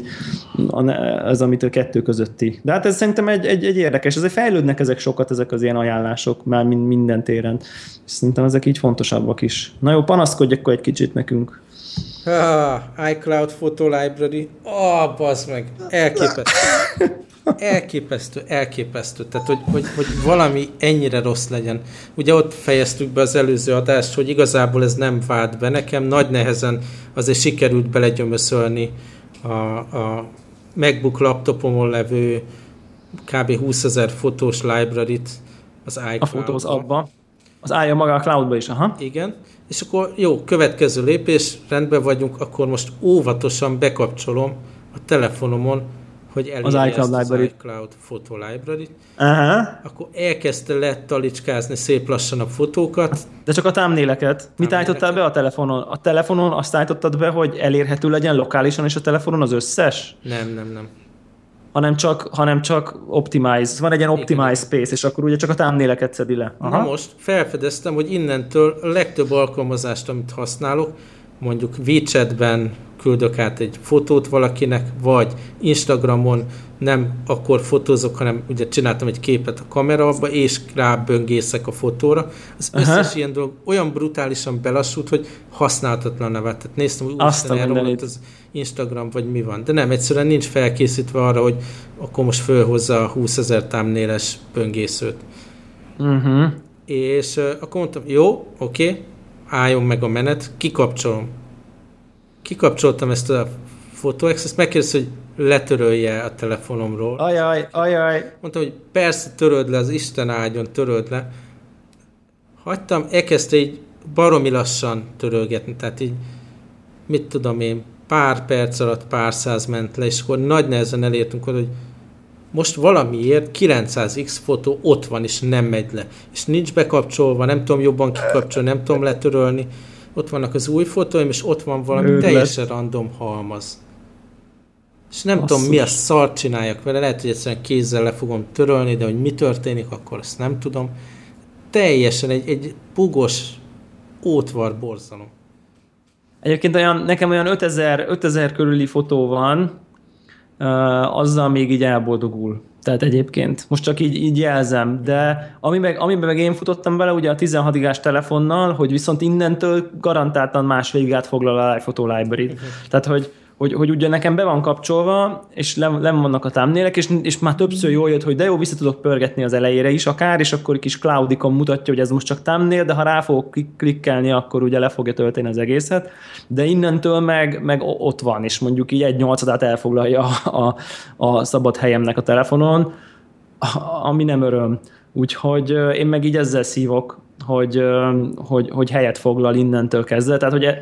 ez, amit a kettő közötti. De hát ez szerintem egy, egy, egy érdekes. Ezért fejlődnek ezek sokat, ezek az ilyen ajánlások már minden téren. És szerintem ezek így fontosabbak is. Na jó, panaszkodj akkor egy kicsit nekünk. Ah, iCloud Photo Library. Oh, bazd meg. Elképesztő. Elképesztő, elképesztő. Tehát, hogy, hogy, hogy valami ennyire rossz legyen. Ugye ott fejeztük be az előző adást, hogy igazából ez nem vált be. Nekem nagy nehezen azért sikerült belegyömöszölni a, a MacBook laptopomon levő kb. húszezer fotós library-t az iCloud-ba. A fotó az abba. Az állja maga a cloudba is, aha. Igen. És akkor jó, következő lépés, rendben vagyunk, akkor most óvatosan bekapcsolom a telefonomon, hogy elérje az, az iCloud Photo Library-t. Aha. Akkor elkezdte letalicskázni szép lassan a fotókat. De csak a thumbnaileket. Mit állítottál be a telefonon? A telefonon azt állítottad be, hogy elérhető legyen lokálisan és a telefonon az összes? Nem, nem, nem. Hanem csak, hanem csak optimize. Van egy ilyen optimize Igen. space, és akkor ugye csak a thumbnaileket szedi le. Aha. Na most felfedeztem, hogy innentől a legtöbb alkalmazást, amit használok, mondjuk WeChatben küldök át egy fotót valakinek, vagy Instagramon nem akkor fotózok, hanem ugye csináltam egy képet a kamerába, és ráböngészek a fotóra. Az összes Aha. ilyen dolog olyan brutálisan belassult, hogy használhatatlan nevet. Tehát néztem, hogy úristen elromlott az Instagram, vagy mi van. De nem, egyszerűen nincs felkészítve arra, hogy akkor most fölhozza a húszezer thumbnail-es böngészőt. Uh-huh. És uh, akkor mondtam, jó, oké, okay, álljon meg a menet, kikapcsolom. Kikapcsoltam ezt a PhotoX, ezt megkérdezte, hogy letörölje a telefonomról. Ajaj, ajaj. Mondtam, hogy persze töröld le, az Isten áldjon, töröld le. Hagytam, elkezdte így baromi lassan törölgetni, tehát így, mit tudom én, pár perc alatt pár száz ment le, és akkor nagy nehezen elértünk oda, hogy most valamiért kilencszáz x fotó ott van, és nem megy le. És nincs bekapcsolva, nem tudom jobban kikapcsolni, nem tudom letörölni. Ott vannak az új fotóim, és ott van valami Őrület. Teljesen random halmaz. És nem Basszus. tudom, mi a szart csináljak vele, lehet, hogy egyszerűen kézzel le fogom törölni, de hogy mi történik, akkor azt nem tudom. Teljesen egy, egy bugos ótvar borzalom. Egyébként olyan, nekem olyan ötezer körüli fotó van, uh, azzal még így elboldogul. Tehát egyébként. Most csak így, így jelzem, de ami meg, amiben meg én futottam bele, ugye a tizenhat gigás telefonnal, hogy viszont innentől garantáltan másfél gigát foglal a iPhoto Library. Uh-huh. Tehát, hogy Hogy, hogy ugye nekem be van kapcsolva, és nem, nem vannak a thumbnailek, és, és már többször jól jött, hogy de jó, vissza tudok pörgetni az elejére is akár, és akkor egy kis cloudikon mutatja, hogy ez most csak thumbnail, de ha rá fogok klikkelni, akkor ugye le fogja tölteni az egészet, de innentől meg, meg ott van, és mondjuk így egy nyolcadát elfoglalja a, a, a szabad helyemnek a telefonon, ami nem öröm. Úgyhogy én meg így ezzel szívok, hogy, hogy, hogy helyet foglal innentől kezdve, tehát hogy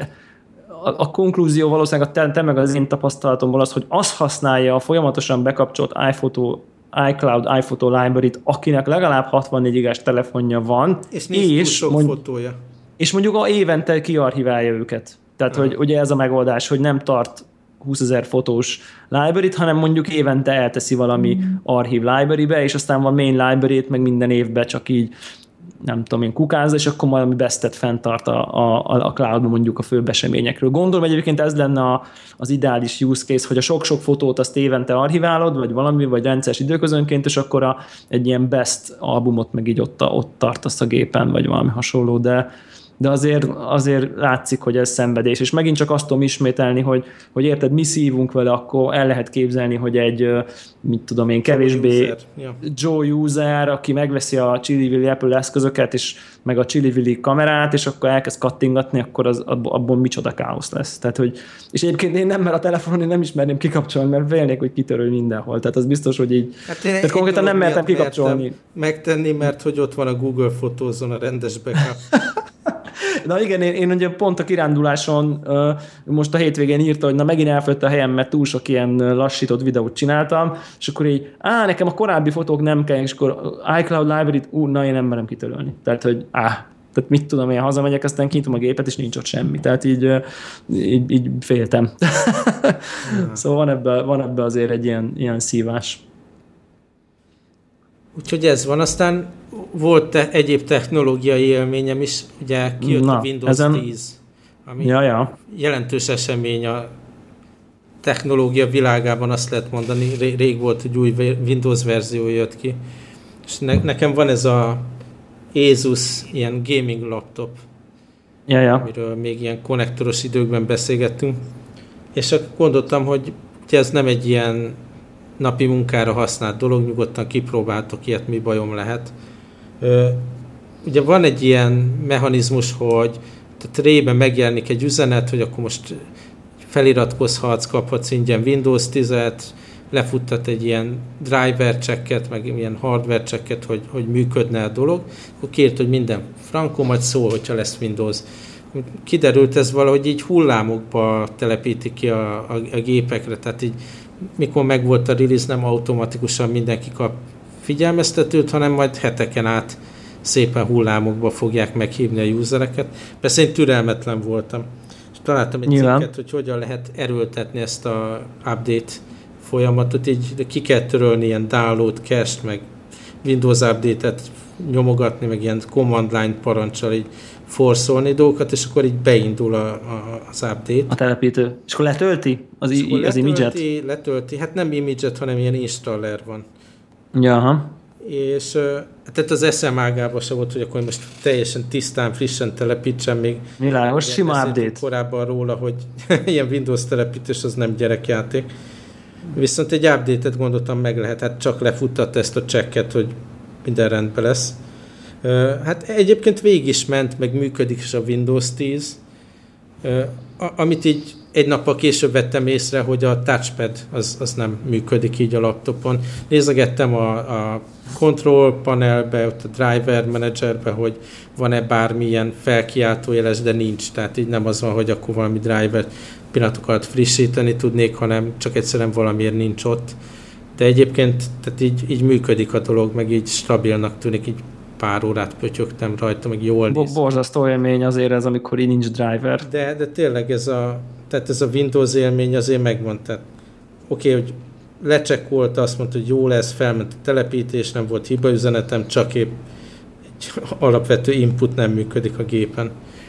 a konklúzió valószínűleg a te, te meg az én tapasztalatomból az, hogy az használja a folyamatosan bekapcsolt iPhoto, iCloud, iPhoto Library-t, akinek legalább hatvannégy gigás telefonja van, és, és, mond, fotója. és mondjuk a évente kiarchiválja őket. Tehát, hogy ugye ez a megoldás, hogy nem tart húszezer fotós library-t, hanem mondjuk évente elteszi valami mm. archív library-be, és aztán van main library-t, meg minden évben csak így nem tudom én, kukázza, és akkor valami bestet fenntart a, a, a cloudban mondjuk a főbb eseményekről. Gondolom, hogy egyébként ez lenne a, az ideális use case, hogy a sok-sok fotót azt évente archiválod, vagy valami, vagy rendszeres időközönként, és akkor a, egy ilyen best albumot meg így ott, ott tartasz a gépen, vagy valami hasonló, de de azért, azért látszik, hogy ez szenvedés. És megint csak azt tudom ismételni, hogy, hogy érted, mi szívunk vele, akkor el lehet képzelni, hogy egy, mit tudom én, kevésbé Joe user, ja. Joe user, aki megveszi a Chilivili Apple eszközöket, és meg a Chilivili kamerát, és akkor elkezd kattingatni, akkor az, abból micsoda káosz lesz. Tehát, hogy, és egyébként én nem, mert a telefonon én nem ismerném kikapcsolni, mert félnék, hogy kitöröl mindenhol. Tehát az biztos, hogy így... Hát tehát konkrétan nem mertem kikapcsolni. Megtenni, mert hogy ott van a Google Photos-on a rendes backup. Na igen, én, én ugye pont a kiránduláson uh, most a hétvégén írta, hogy na megint elfogyott a helyem, mert túl sok ilyen lassított videót csináltam, és akkor így, á, nekem a korábbi fotók nem kell, és akkor iCloud Library-t, ú, na én nem merem kitörölni. Tehát, hogy á, tehát mit tudom, én hazamegyek, aztán kinyitom a gépet, és nincs ott semmi. Tehát így, így, így féltem. Szóval van ebben van ebbe azért egy ilyen, ilyen szívás. Úgyhogy ez van. Aztán volt te, egyéb technológiai élményem is, ugye kijött Na, a Windows ezen... tíz, ami ja, ja. jelentős esemény a technológia világában, azt lehet mondani, rég volt, hogy új Windows verzió jött ki. És ne, nekem van ez a Asus ilyen gaming laptop, ja, ja. amiről még ilyen konnektoros időkben beszélgettünk, és akkor gondoltam, hogy ez nem egy ilyen napi munkára használt dolog, nyugodtan kipróbáltok ilyet, mi bajom lehet. Ugye van egy ilyen mechanizmus, hogy a tray-ben megjelenik egy üzenet, hogy akkor most feliratkozhatsz, kaphatsz ingyen Windows tízet, lefuttat egy ilyen driver checket, meg ilyen hardware checket, hogy, hogy működne a dolog, akkor kért, hogy minden frankó, majd szól, hogyha lesz Windows. Kiderült, ez valahogy így hullámokba telepíti ki a, a, a gépekre, tehát így mikor megvolt a release, nem automatikusan mindenki kap figyelmeztetőt, hanem majd heteken át szépen hullámokba fogják meghívni a usereket. Persze én türelmetlen voltam. És találtam egy Nyilván. cikket, hogy hogyan lehet erőltetni ezt a update folyamatot, így ki kell törölni ilyen download cache-t, meg Windows update-et nyomogatni, meg ilyen command line parancsal így forszolni dolgokat, és akkor így beindul a, a, az update. A telepítő. És akkor letölti az, és akkor az image-et? Letölti, hát nem image-et, hanem ilyen installer van. Jaha. És tehát az eszem ágában se volt, hogy akkor most teljesen tisztán, frissen telepítsen még. Világos, sima update. Korábban róla, hogy ilyen Windows telepítés az nem gyerekjáték. Viszont egy update-et gondoltam meg lehet, hát csak lefuttat ezt a checket, hogy minden rendben lesz. Hát egyébként végig is ment, meg működik is a Windows tíz, amit így egy nappal később vettem észre, hogy a touchpad az, az nem működik így a laptopon. Nézegettem a, a control panelbe, ott a driver managerbe, hogy van-e bármilyen felkiáltójeles, de nincs. Tehát így nem az van, hogy akkor valami driver pillanatok alatt frissíteni tudnék, hanem csak egyszerűen valamiért nincs ott. De egyébként tehát így, így működik a dolog, meg így stabilnak tűnik, így pár órát pötyögtem rajta, meg jól néz. Borzasztó élmény azért ez, amikor így nincs driver. De, de tényleg ez a, tehát ez a Windows élmény azért megvan. Tehát oké, okay, hogy lecsekkolta, azt mondta, hogy jó lesz, felment a telepítés, nem volt hibaüzenetem, csak épp egy alapvető input nem működik a gépen.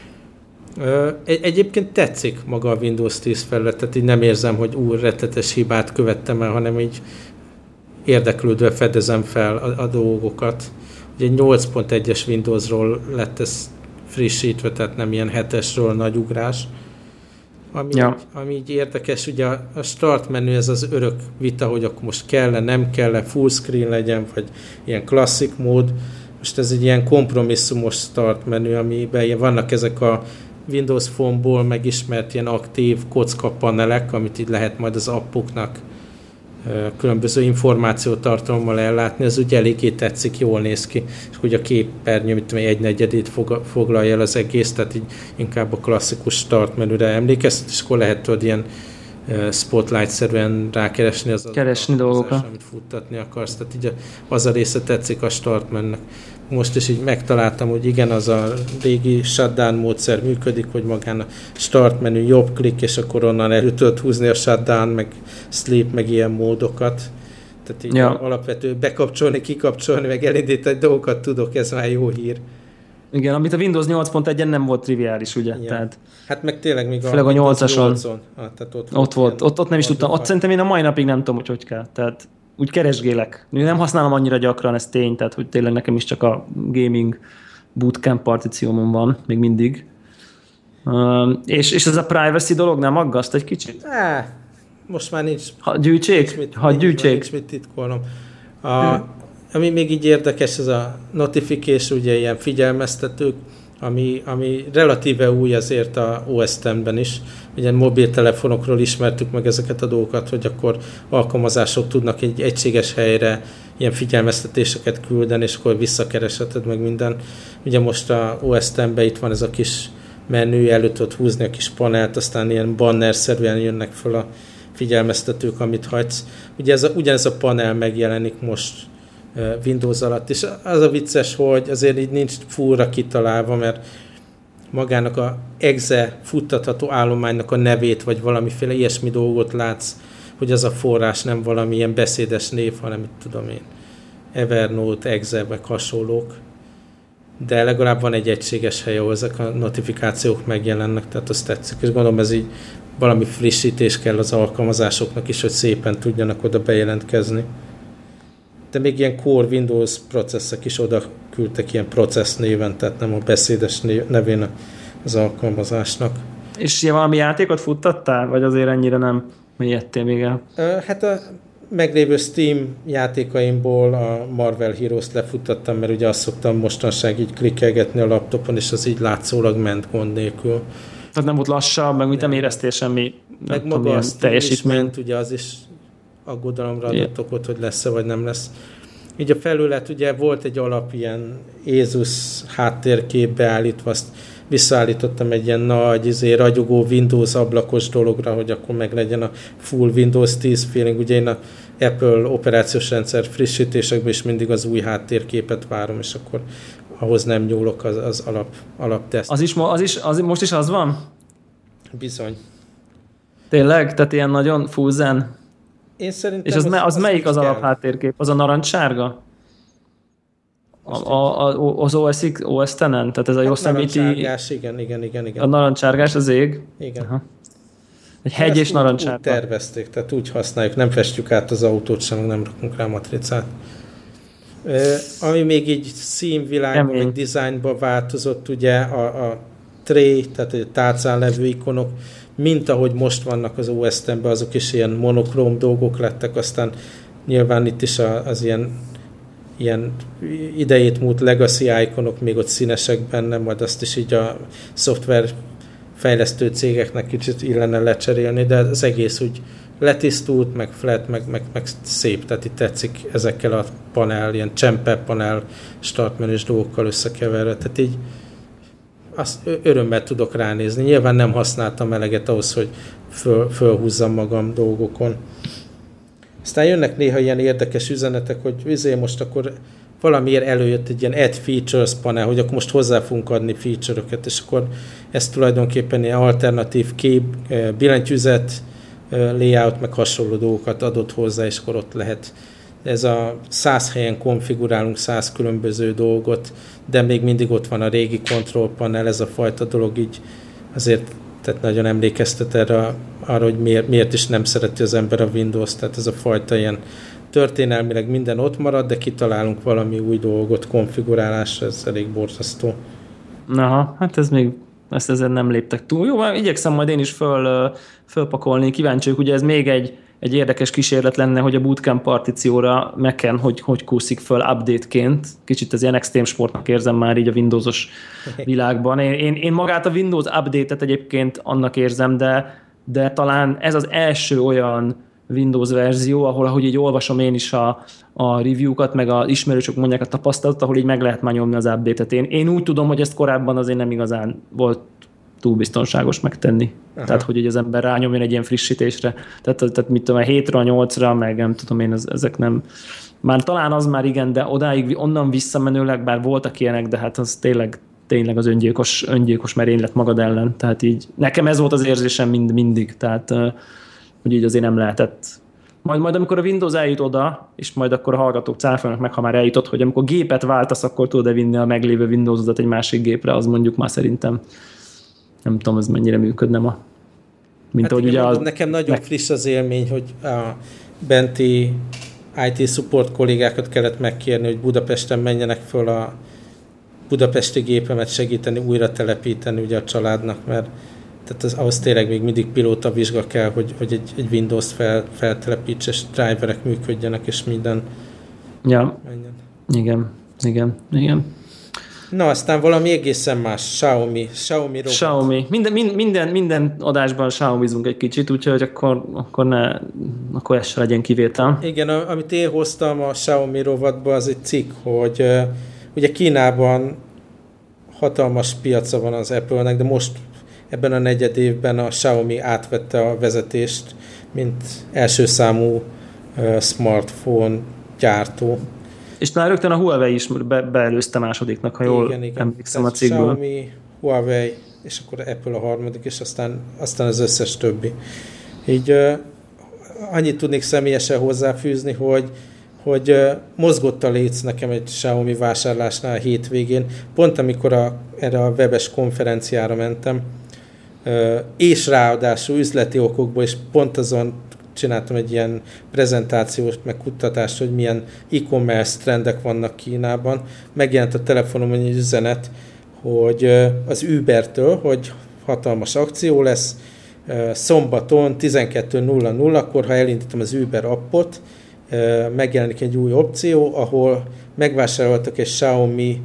Egy, egyébként tetszik maga a Windows tíz felület, tehát így nem érzem, hogy új rettetes hibát követtem el, hanem így érdeklődve fedezem fel a, a dolgokat. Ugye nyolc pont egyes Windowsról lett ez frissítve, tehát nem ilyen hetesről nagy ugrás. Ami, ja. így, ami így érdekes, ugye a, a start menü, ez az örök vita, hogy akkor most kell-e, nem kell-e, full screen legyen, vagy ilyen klasszik mód. Most ez egy ilyen kompromisszumos start menü, amiben vannak ezek a Windows Phone-ból megismert ilyen aktív kocka panelek, amit így lehet majd az appoknak különböző információtartalommal ellátni, az ugye eléggé tetszik, jól néz ki, és ugye a képernyő, mit tudom, egy negyedét foglalja el az egész, tehát így inkább a klasszikus start menüre emlékeztet, és akkor lehet tudod ilyen spotlight-szerűen rákeresni az keresni dolgokat, amit futtatni akarsz, tehát így az a része tetszik a start menünek. Most is így megtaláltam, hogy igen, az a régi shutdown módszer működik, hogy magán a start menü jobb klik, és akkor onnan elő tudod húzni a shutdown, meg sleep, meg ilyen módokat. Tehát így ja. Alapvető bekapcsolni, kikapcsolni, meg elindítani dolgokat tudok, ez már jó hír. Igen, amit a Windows nyolc pont egyen nem volt triviális, ugye? Ja. Tehát hát meg tényleg még a, a nyolcason. Ah, tehát ott, ott volt, ott, ott nem is tudtam, ott szerintem én a mai napig nem tudom, hogy hogy kell. Tehát úgy keresgélek. Nem használom annyira gyakran, ez tény, tehát hogy tényleg nekem is csak a gaming bootcamp partíciómon van, még mindig. Uh, és, és ez a privacy dolog nem aggaszt egy kicsit? Á, most már nincs. Ha gyűjtsék? Nincs mit, ha nincs, gyűjtsék? Nincs mit titkolnom. A, hmm. Ami még így érdekes, ez a notification, ugye ilyen figyelmeztetők, ami, ami relatíve új azért a o es X-ben is. Ugye mobiltelefonokról ismertük meg ezeket a dolgokat, hogy akkor alkalmazások tudnak egy egységes helyre ilyen figyelmeztetéseket küldeni, és akkor visszakeresheted meg minden. Ugye most a o es X-ben itt van ez a kis menü, elő tudod húzni a kis panelt, aztán ilyen banner-szerűen jönnek föl a figyelmeztetők, amit hagysz. Ugye ez a, ugyanez a panel megjelenik most Windows alatt, és az a vicces, hogy azért így nincs fullra kitalálva, mert magának a exe futtatható állománynak a nevét, vagy valamiféle ilyesmi dolgot látsz, hogy az a forrás nem valamilyen beszédes név, hanem itt tudom én, Evernote, exe, vagy hasonlók. De legalább van egy egységes hely, ahol ezek a notifikációk megjelennek, tehát azt tetszik. És gondolom ez így valami frissítés kell az alkalmazásoknak is, hogy szépen tudjanak oda bejelentkezni. De még ilyen core Windows processzek is oda küldtek ilyen processz néven, tehát nem a beszédes nevén az alkalmazásnak. És ilyen valami játékot futtattál? Vagy azért ennyire nem mélyedtél még el? Hát a meglévő Steam játékaimból a Marvel Heroes-t lefuttattam, mert ugye azt szoktam mostanság így klikkelgetni a laptopon, és az így látszólag ment gond nélkül. Tehát nem volt lassabb, meg mit nem éreztél semmi meg tudom, maga a Steam is ment, ugye az is aggodalomra adott yeah. okot, hogy lesz-e vagy nem lesz. Így a felület ugye volt egy alap ilyen Jézus háttérkép beállítva, azt visszaállítottam egy ilyen nagy, izé, ragyogó Windows ablakos dologra, hogy akkor meg legyen a full Windows tíz feeling. Ugye én a Apple operációs rendszer frissítésekben is mindig az új háttérképet várom, és akkor ahhoz nem nyúlok az, az alap, alapteszt. Az is, az is az, most is az van? Bizony. Tényleg? Tehát ilyen nagyon full zen? Én szerintem és az, az, az, az melyik az alap háttérkép? Az a narancssárga? A, a, az o es X, o es X-en? Tehát ez a Yosemite... Narancsárgás, igen, igen, igen, igen. A narancsárgás az ég? Igen. Aha. Egy hegy és narancsárga. Úgy tervezték, tehát úgy használjuk, nem festjük át az autót sem, nem rakunk rá matricát. Uh, ami még így színvilágban, meg dizájnban változott, ugye a, a tray, tehát a tárcán levő ikonok, mint ahogy most vannak az o es X-ben, azok is ilyen monokróm dolgok lettek, aztán nyilván itt is az ilyen, ilyen idejét múlt legacy ikonok még ott színesek benne, majd azt is így a szoftver fejlesztő cégeknek kicsit illene lecserélni, de az egész úgy letisztult, meg flat, meg, meg, meg szép, tehát itt tetszik ezekkel a panel, ilyen csempe panel startmenüs dolgokkal összekeverve, tehát így azt örömmel tudok ránézni. Nyilván nem használtam eleget ahhoz, hogy föl, fölhúzzam magam dolgokon. Aztán jönnek néha ilyen érdekes üzenetek, hogy izé most akkor valamiért előjött egy ilyen add features panel, hogy akkor most hozzá fogunk adni feature-öket, és akkor ez tulajdonképpen ilyen alternatív kép, billentyűzet, layout, meg hasonló dolgokat adott hozzá, és akkor ott lehet. Ez a száz helyen konfigurálunk száz különböző dolgot, de még mindig ott van a régi control panel, ez a fajta dolog így azért tehát nagyon emlékeztet erre, arra, hogy miért, miért is nem szereti az ember a Windows, tehát ez a fajta ilyen történelmileg minden ott marad, de kitalálunk valami új dolgot konfigurálásra, ez elég borzasztó. Aha, hát ez még ezt ezen nem léptek túl. Jó, igyekszem majd én is föl, fölpakolni, kíváncsi vagyok, ugye ez még egy, egy érdekes kísérlet lenne, hogy a bootcamp partícióra Mac-en hogy, hogy kúszik föl update-ként. Kicsit ez ilyen extrém sportnak érzem már így a Windowsos világban. Én, én, én magát a Windows update-et egyébként annak érzem, de, de talán ez az első olyan Windows verzió, ahol ahogy így olvasom én is a, a review-kat, meg az ismerősök mondják a tapasztalatot, ahol így meg lehet már nyomni az update-et. Én, én úgy tudom, hogy ezt korábban azért nem igazán volt túl biztonságos megtenni. Aha. Tehát, hogy az ember rányomjon egy ilyen frissítésre. Tehát, tehát mit tudom, a hétre, a nyolcra, meg nem tudom én, ezek nem... Már talán az már igen, de odáig, onnan visszamenőleg, bár voltak ilyenek, de hát az tényleg, tényleg az öngyilkos, öngyilkos merénylet magad ellen. Tehát így, nekem ez volt az érzésem mind, mindig. Tehát, hogy így azért nem lehetett. Majd, majd amikor a Windows eljut oda, és majd akkor a hallgatók cáfolnak meg, ha már eljutott, hogy amikor gépet váltasz, akkor tudod-e vinni a meglévő Windows-odat egy másik gépre, az mondjuk már szerintem nem tudom, ez mennyire működne ma. Mint hát igen, ugye mondom, az... nekem nagyon meg... friss az élmény, hogy a benti i té support kollégákat kellett megkérni, hogy Budapesten menjenek föl a budapesti gépemet segíteni, újra telepíteni ugye a családnak, mert tehát az, ahhoz tényleg még mindig pilóta vizsga kell, hogy, hogy egy, egy Windows-t fel, feltelepíts, és driverek működjenek, és minden ja. menjen. Igen, igen, igen. Na, aztán valami egészen más. Xiaomi. Xiaomi robot. Xiaomi. Minden, minden, minden adásban Xiaomizunk egy kicsit, úgyhogy akkor, akkor, ne, akkor ez se legyen kivétel. Igen, amit én hoztam a Xiaomi rovatba, az egy cikk, hogy uh, ugye Kínában hatalmas piaca van az Apple-nek, de most ebben a negyed évben a Xiaomi átvette a vezetést, mint első számú uh, smartphone gyártó. És talán rögtön a Huawei is be, beelőzte másodiknak, ha jól igen, igen. emlékszem tehát a cikkből. Xiaomi, Huawei, és akkor Apple a harmadik, és aztán, aztán az összes többi. Így uh, annyit tudnék személyesen hozzáfűzni, hogy, hogy uh, mozgott a léc nekem egy Xiaomi vásárlásnál a hétvégén, pont amikor a, erre a webes konferenciára mentem, uh, és ráadásul üzleti okokból, és pont azon csináltam egy ilyen prezentációt, meg kutatást, hogy milyen e-commerce trendek vannak Kínában. Megjelent a telefonomon egy üzenet, hogy az Ubertől, hogy hatalmas akció lesz, szombaton tizenkettő nulla nullakor, ha elindítom az Uber appot, megjelenik egy új opció, ahol megvásároltak egy Xiaomi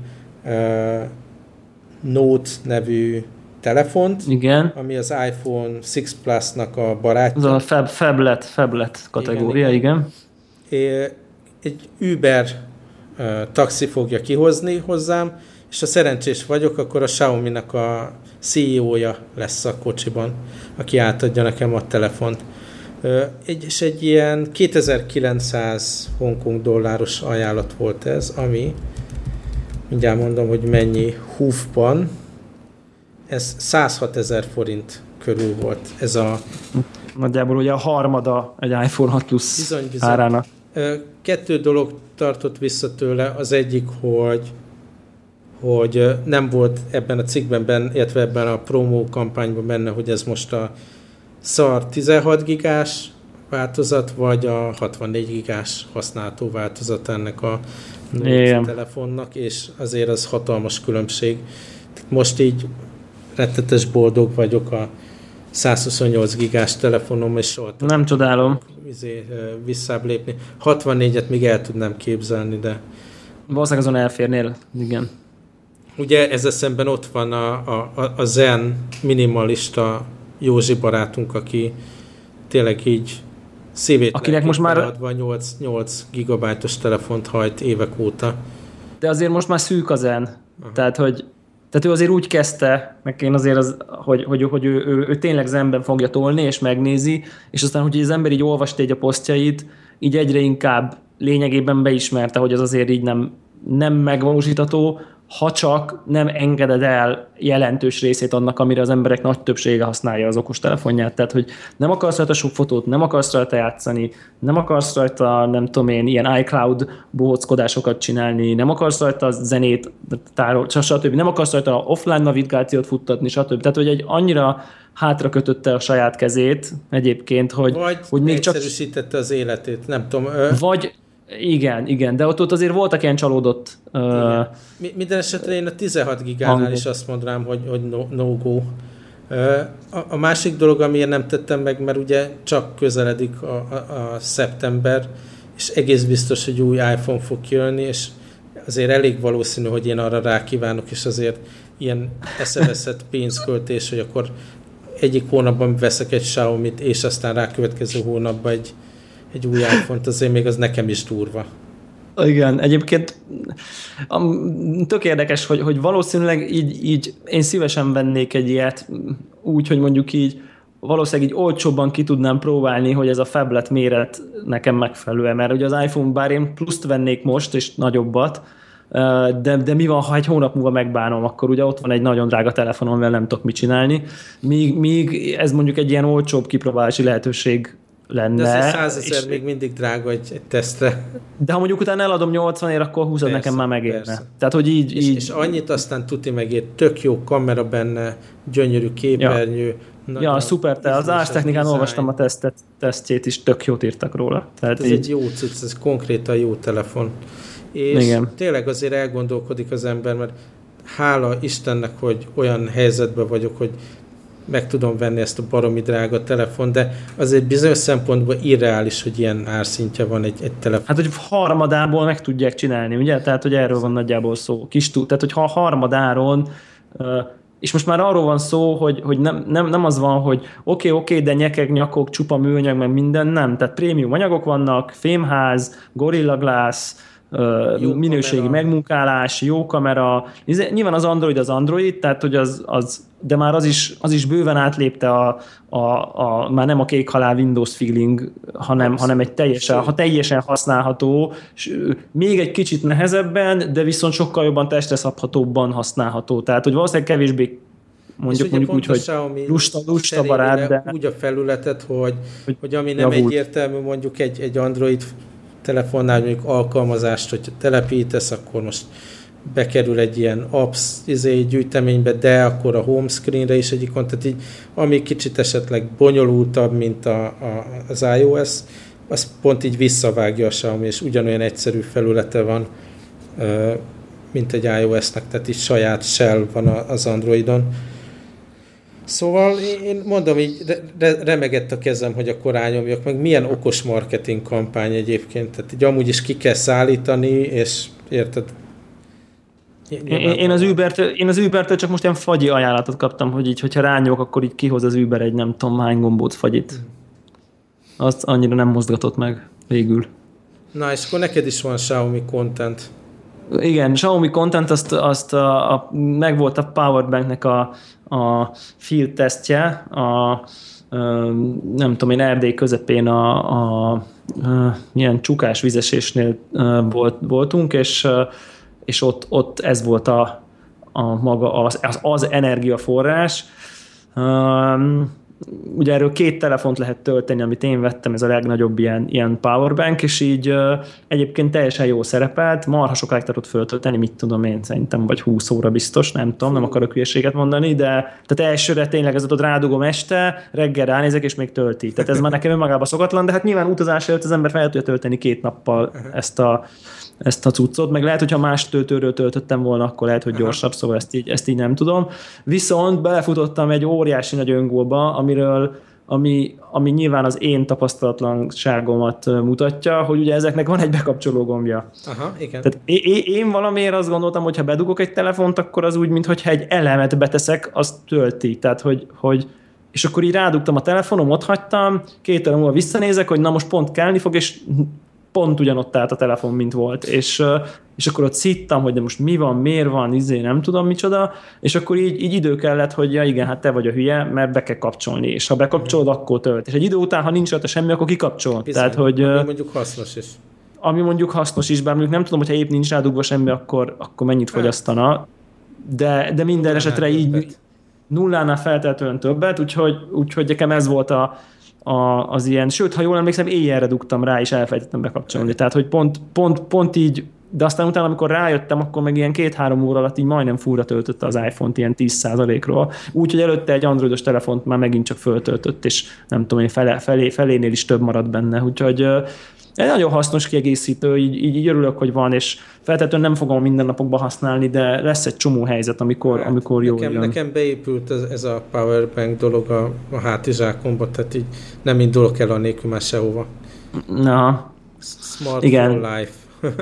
Note nevű telefont, igen. ami az iPhone hat Plus-nak a barátja. Az a fab, fablet, fablet kategória, igen. igen. Egy Uber uh, taxi fogja kihozni hozzám, és ha szerencsés vagyok, akkor a Xiaomi-nak a cé e ó-ja lesz a kocsiban, aki átadja nekem a telefont. Uh, egy, és egy ilyen kétezer-kilencszáz Hongkong dolláros ajánlat volt ez, ami, mindjárt mondom, hogy mennyi húfban, ez százhatezer forint körül volt ez a... Nagyjából ugye a harmada egy iPhone hat Plus bizony, bizony. árának. kettő dolog tartott vissza tőle, az egyik, hogy hogy nem volt ebben a cikkben, benne, illetve ebben a promó kampányban benne, hogy ez most a szar tizenhat gigás változat, vagy a hatvannégy gigás használható változat ennek a Note telefonnak, és azért az hatalmas különbség. Most így rettetes boldog vagyok a százhuszonnyolc gigás telefonom, és soha nem csodálom izé, visszább lépni. hatvannégyet még el tudnám képzelni, de valószínűleg azon elférnél, igen. Ugye ezzel szemben ott van a, a, a Zen minimalista Józsi barátunk, aki tényleg így szívét akinek most már adva nyolc, nyolc gigabájtos telefont hajt évek óta. De azért most már szűk a Zen. Aha. Tehát, hogy tehát ő azért úgy kezdte, meg én azért, az, hogy, hogy, hogy ő, ő, ő tényleg Zenben fogja tolni, és megnézi, és aztán, hogy az ember így olvasta így a posztjait, így egyre inkább lényegében beismerte, hogy az azért így nem, nem megvalósítható, ha csak nem engeded el jelentős részét annak, amire az emberek nagy többsége használja az okostelefonját. Tehát, hogy nem akarsz rajta sok fotót, nem akarsz rajta játszani, nem akarsz rajta, nem tudom én, ilyen iCloud bohóckodásokat csinálni, nem akarsz rajta zenét tárolni, stb. Nem akarsz rajta offline navigációt futtatni, stb. Tehát, hogy egy annyira hátra kötötte a saját kezét egyébként, hogy, vagy hogy még csak... egyszerűsítette az életét, nem tudom. Vagy Igen, igen, de ott, ott azért voltak ilyen csalódott uh, minden esetre én a tizenhat gigánál hangok. Is azt mondanám, hogy, hogy no, no go. Uh, a, a másik dolog, amiért nem tettem meg, mert ugye csak közeledik a, a, a szeptember, és egész biztos, hogy új iPhone fog kijönni, és azért elég valószínű, hogy én arra rákívánok, és azért ilyen eszeveszett pénzköltés, hogy akkor egyik hónapban veszek egy Xiaomit, és aztán rákövetkező hónapban egy egy új iPhone-t, azért még az nekem is durva. Igen, egyébként tök érdekes, hogy, hogy valószínűleg így, így én szívesen vennék egy ilyet, úgy, hogy mondjuk így valószínűleg így olcsóbban ki tudnám próbálni, hogy ez a phablet méret nekem megfelelő, mert ugye az iPhone, bár én pluszt vennék most, és nagyobbat, de, de mi van, ha egy hónap múlva megbánom, akkor ugye ott van egy nagyon drága telefonom, amivel nem tudok mit csinálni, míg, míg ez mondjuk egy ilyen olcsóbb kipróbálási lehetőség lenne. De ez százezer még mindig drága egy, egy tesztre. De ha mondjuk utána eladom nyolcvanért, akkor húszad nekem már megérne. Persze. Tehát, hogy így, és, így... és annyit aztán tuti megért, tök jó kamera benne, gyönyörű képernyő. Ja, ja szuper, te az Ars Technikán olvastam a tesztet, tesztjét is, tök jót írtak róla. Tehát ez így... egy jó cucc, ez konkrétan jó telefon. És igen. Tényleg azért elgondolkodik az ember, mert hála Istennek, hogy olyan helyzetben vagyok, hogy meg tudom venni ezt a baromi drága telefon, de azért bizonyos szempontból irreális, hogy ilyen árszintje van egy, egy telefon. Hát, hogy harmadából meg tudják csinálni, ugye? Tehát, hogy erről van nagyjából szó. Kis túl. Tehát, hogyha a harmadáron, és most már arról van szó, hogy, hogy nem, nem, nem az van, hogy oké, okay, oké, okay, de nyekek, nyakok, csupa műanyag, meg minden, nem. Tehát prémium anyagok vannak, fémház, Gorilla Glass, jó minőségi kamera. Megmunkálás, jó kamera. Nyilván az Android az Android, tehát hogy az, az de már az is, az is bőven átlépte a, a, a már nem a kék halál Windows feeling, hanem, hanem egy teljesen, ha teljesen használható, még egy kicsit nehezebben, de viszont sokkal jobban testre szabhatóbban használható. Tehát, hogy valószínűleg kevésbé mondjuk, mondjuk úgy, hogy lusta, lusta barát, de... Úgy a felületet, hogy, hogy, hogy ami nem javult. Egyértelmű, mondjuk egy, egy Android telefonnál mondjuk alkalmazást, hogyha telepítesz, akkor most bekerül egy ilyen apps izé, gyűjteménybe, de akkor a home screenre is egy ikon, tehát így, ami kicsit esetleg bonyolultabb, mint a, a, az iOS, az pont így visszavágja a Xiaomi, és ugyanolyan egyszerű felülete van, mint egy iOS-nek, tehát így saját shell van az Androidon. Szóval én mondom, így re- remegett a kezem, hogy akkor rányomjak, meg milyen okos marketing kampány egyébként, tehát így amúgy is ki kell szállítani, és érted? Én, én, az Uber-től, én az Uber-től csak most ilyen fagyi ajánlatot kaptam, hogy így, hogyha rányomok, akkor így kihoz az Uber egy nem tudom hány gombóc fagyit. Azt annyira nem mozgatott meg végül. Na, és akkor neked is van Xiaomi content. Igen, Xiaomi content, azt, azt a, a, meg volt a Powerbanknek a, a field tesztje, a, a, nem tudom én, Erdély közepén a, a, a milyen csukás vizesésnél volt, voltunk, és, és ott, ott ez volt a, a maga az, az, az energiaforrás. Um, ugye erről két telefont lehet tölteni, amit én vettem, ez a legnagyobb ilyen, ilyen powerbank, és így uh, egyébként teljesen jó szerepelt, marha sokáig tudott föltölteni, mit tudom én, szerintem vagy húsz óra biztos, nem tudom, nem akarok hülyeséget mondani, de tehát elsőre tényleg ez ott rádugom este, reggel ránézek, és még tölti. Tehát ez már nekem önmagában szokatlan, de hát nyilván utazás előtt az ember fel tudja tölteni két nappal ezt a ezt a cuccot, meg lehet, hogyha más töltőről töltöttem volna, akkor lehet, hogy gyorsabb, szóval ezt így, ezt így nem tudom. Viszont belefutottam egy óriási nagy öngólba, amiről, ami, ami nyilván az én tapasztalatlanságomat mutatja, hogy ugye ezeknek van egy bekapcsoló gombja. Aha, igen. Tehát én, én valamiért azt gondoltam, hogy ha bedugok egy telefont, akkor az úgy, mintha egy elemet beteszek, azt tölti. Tehát, hogy, hogy és akkor így rádugtam a telefonom, ott hagytam, két óra múlva visszanézek, hogy na most pont kelni fog, és pont ugyanott állt a telefon, mint volt, és, és akkor ott szittam, hogy de most mi van, miért van, izé, nem tudom micsoda, és akkor így, így idő kellett, hogy ja igen, hát te vagy a hülye, mert be kell kapcsolni, és ha bekapcsolod, mm. akkor tölt. És egy idő után, ha nincs rajta semmi, akkor kikapcsol. Bizony, Tehát, hogy, ami mondjuk hasznos is. Ami mondjuk hasznos is, bár mondjuk nem tudom, hogyha épp nincs rádugva semmi, akkor, akkor mennyit hát. fogyasztana, de, de minden esetre így többet. Nullánál feltétlenül többet, úgyhogy, úgyhogy nekem ez volt a A, az ilyen, sőt, ha jól emlékszem, éjjelre dugtam rá, és elfelejtettem bekapcsolni. Tehát, hogy pont, pont, pont így, de aztán utána, amikor rájöttem, akkor meg ilyen két-három óra alatt így majdnem fúra töltötte az iPhone-t ilyen tíz százalékról. Úgyhogy előtte egy androidos telefont már megint csak föltöltött, és nem tudom én, fele, felé, felénél is több maradt benne. Úgyhogy egy nagyon hasznos kiegészítő, így, így, így örülök, hogy van, és feltétlenül nem fogom minden napokban használni, de lesz egy csomó helyzet, amikor, hát, amikor jó nekem, jön. Nekem beépült ez, ez a powerbank dolog a, a hátizsákomba, tehát így nem indulok el annélkül már sehova. Na, Smart igen. for life.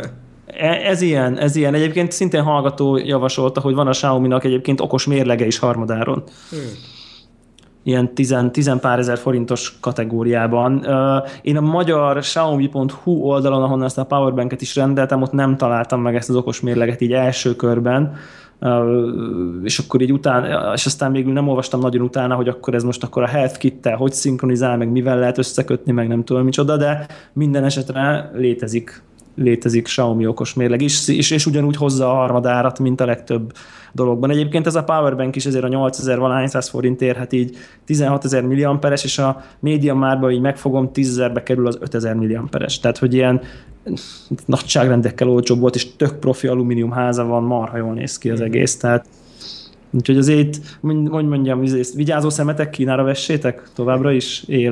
Ez ilyen, ez ilyen. Egyébként szintén hallgató javasolta, hogy van a Xiaomi-nak egyébként okos mérlege is harmadáron. Hmm. Ilyen tizen, tizen pár ezer forintos kategóriában. Én a magyar xiaomi pont hu oldalon, ahonnan ezt a powerbanket is rendeltem, ott nem találtam meg ezt az okos mérleget így első körben, és akkor így utána, és aztán végül nem olvastam nagyon utána, hogy akkor ez most akkor a Health Kit-tel hogy szinkronizál, meg mivel lehet összekötni, meg nem tudom micsoda, de minden esetre létezik létezik Xiaomi okos mérleg is, és, és ugyanúgy hozza a harmadárat, mint a legtöbb dologban. Egyébként ez a powerbank is ezért a nyolcezer valahányszáz forintért, hát így tizenhatezer milliamperes, és a MediaMarktban így megfogom, tízezerbe kerül az ötezer milliamperes. Tehát, hogy ilyen nagyságrendekkel olcsóbb volt, és tök profi alumínium háza van, marha jól néz ki az egész. Tehát, úgyhogy azért, hogy mondjam, vigyázó szemetek, Kínára vessétek, továbbra is él.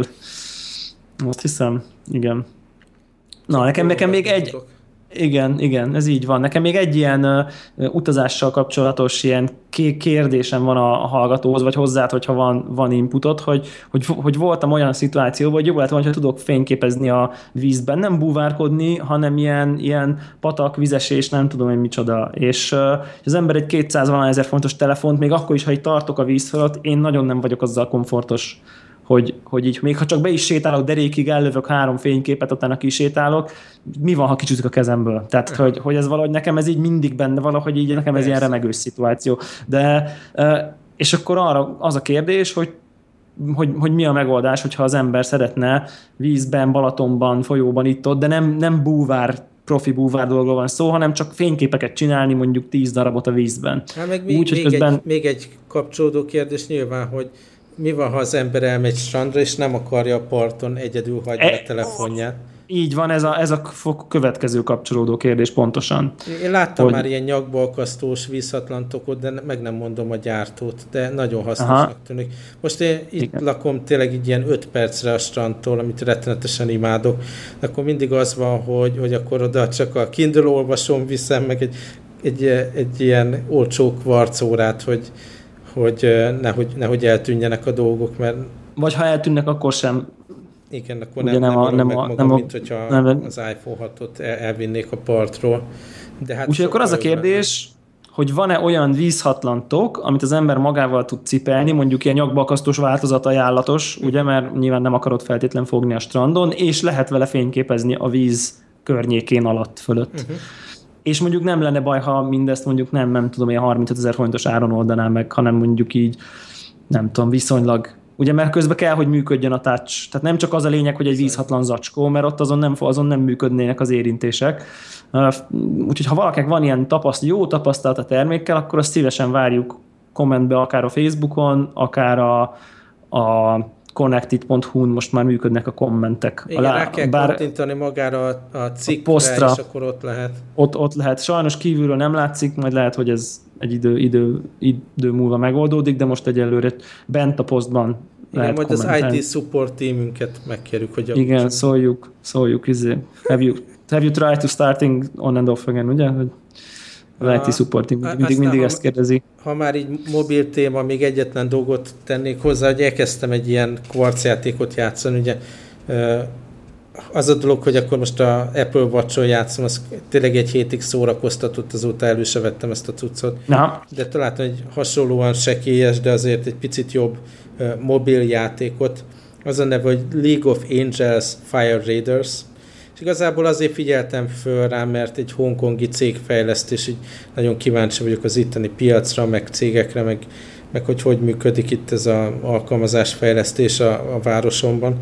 Azt hiszem, igen. Na, nekem, nekem még egy... Igen, igen, ez így van. Nekem még egy ilyen uh, utazással kapcsolatos ilyen kérdésem van a, a hallgatóhoz, vagy hozzád, hogyha van, van inputot, hogy, hogy, hogy voltam olyan szituációban, hogy jobb lett volna, hogyha tudok fényképezni a vízben, nem búvárkodni, hanem ilyen, ilyen patak, vizesés, nem tudom én micsoda. És uh, az ember egy kétszáz-valahány ezer fontos telefont, még akkor is, ha így tartok a víz fölött, én nagyon nem vagyok azzal komfortos, Hogy, hogy így még ha csak be is sétálok derékig, ellövök három fényképet, utána kisétálok, mi van, ha kicsúszik a kezemből? Tehát, hogy, hogy ez valahogy nekem ez így mindig benne, valahogy így nekem ez Persze. ilyen remegős szituáció. De, és akkor arra az a kérdés, hogy, hogy, hogy mi a megoldás, hogyha az ember szeretne vízben, Balatonban, folyóban itt-ott, de nem, nem búvár profi búvár dolgról van szó, hanem csak fényképeket csinálni, mondjuk tíz darabot a vízben. Hát meg még, Úgy, még, közben... egy, még egy kapcsolódó kérdés nyilván, hogy mi van, ha az ember elmegy strandra, és nem akarja a parton egyedül hagyni e, a telefonját? Így van, ez a, ez a következő kapcsolódó kérdés pontosan. Én láttam hogy... már ilyen nyakbalkasztós vízhatlantokot, de meg nem mondom a gyártót, de nagyon hasznosnak Aha. tűnik. Most én itt Igen. lakom tényleg így ilyen öt percre a strandtól, amit rettenetesen imádok. Akkor mindig az van, hogy, hogy akkor oda csak a Kindle olvasom, viszem meg egy, egy, egy ilyen olcsó kvarcórát, hogy hogy nehogy, nehogy eltűnjenek a dolgok, mert... Vagy ha eltűnnek, akkor sem... Igen, akkor nem, nem, nem, a, nem meg a, magam, nem a, mint hogyha nem, az iPhone hatot el, elvinnék a partról. Hát úgyhogy akkor az a kérdés, benne. hogy van-e olyan vízhatlantok, amit az ember magával tud cipelni, mondjuk ilyen nyakbalkasztós változat ajánlatos, ugye, mert nyilván nem akarod feltétlen fogni a strandon, és lehet vele fényképezni a víz környékén alatt fölött. Uh-huh. És mondjuk nem lenne baj, ha mindezt mondjuk nem, nem tudom, ilyen harmincöt ezer forintos áron oldanám meg, hanem mondjuk így, nem tudom, viszonylag. Ugye, mert közben kell, hogy működjön a touch. Tehát nem csak az a lényeg, hogy egy vízhatlan zacskó, mert ott azon nem, azon nem működnének az érintések. Úgyhogy ha valakinek van ilyen tapaszt, jó tapasztalat a termékkel, akkor azt szívesen várjuk kommentbe, akár a Facebookon, akár a, a connected pont hu-n most már működnek a kommentek. Igen, Alá, rá kell bár kattintani magára a, a cikkre, a posztra, és akkor ott lehet. Ott, ott lehet. Sajnos kívülről nem látszik, majd lehet, hogy ez egy idő, idő, idő múlva megoldódik, de most egyelőre bent a posztban igen, majd kommentelni. az i té support teamünket megkérjük, hogy igen, javítson. szóljuk, szóljuk, izé. Have you, have you tried to starting on and off again, ugye? Az i té support team mindig, mindig, mindig ezt kérdezi. Ha már így mobil téma, még egyetlen dolgot tennék hozzá, hogy elkezdtem egy ilyen kvarc játékot játszani, ugye az a dolog, hogy akkor most a Apple Watch-on játszom, az tényleg egy hétig szórakoztatott, azóta elő se vettem ezt a cuccot. Na. De találtam egy hasonlóan sekélyes, de azért egy picit jobb uh, mobil játékot. Az a neve, hogy League of Angels Fire Raiders. És igazából azért figyeltem föl rá, mert egy hongkongi cégfejlesztés, így nagyon kíváncsi vagyok az itteni piacra, meg cégekre, meg, meg hogy hogy működik itt ez az alkalmazásfejlesztés a, a városomban.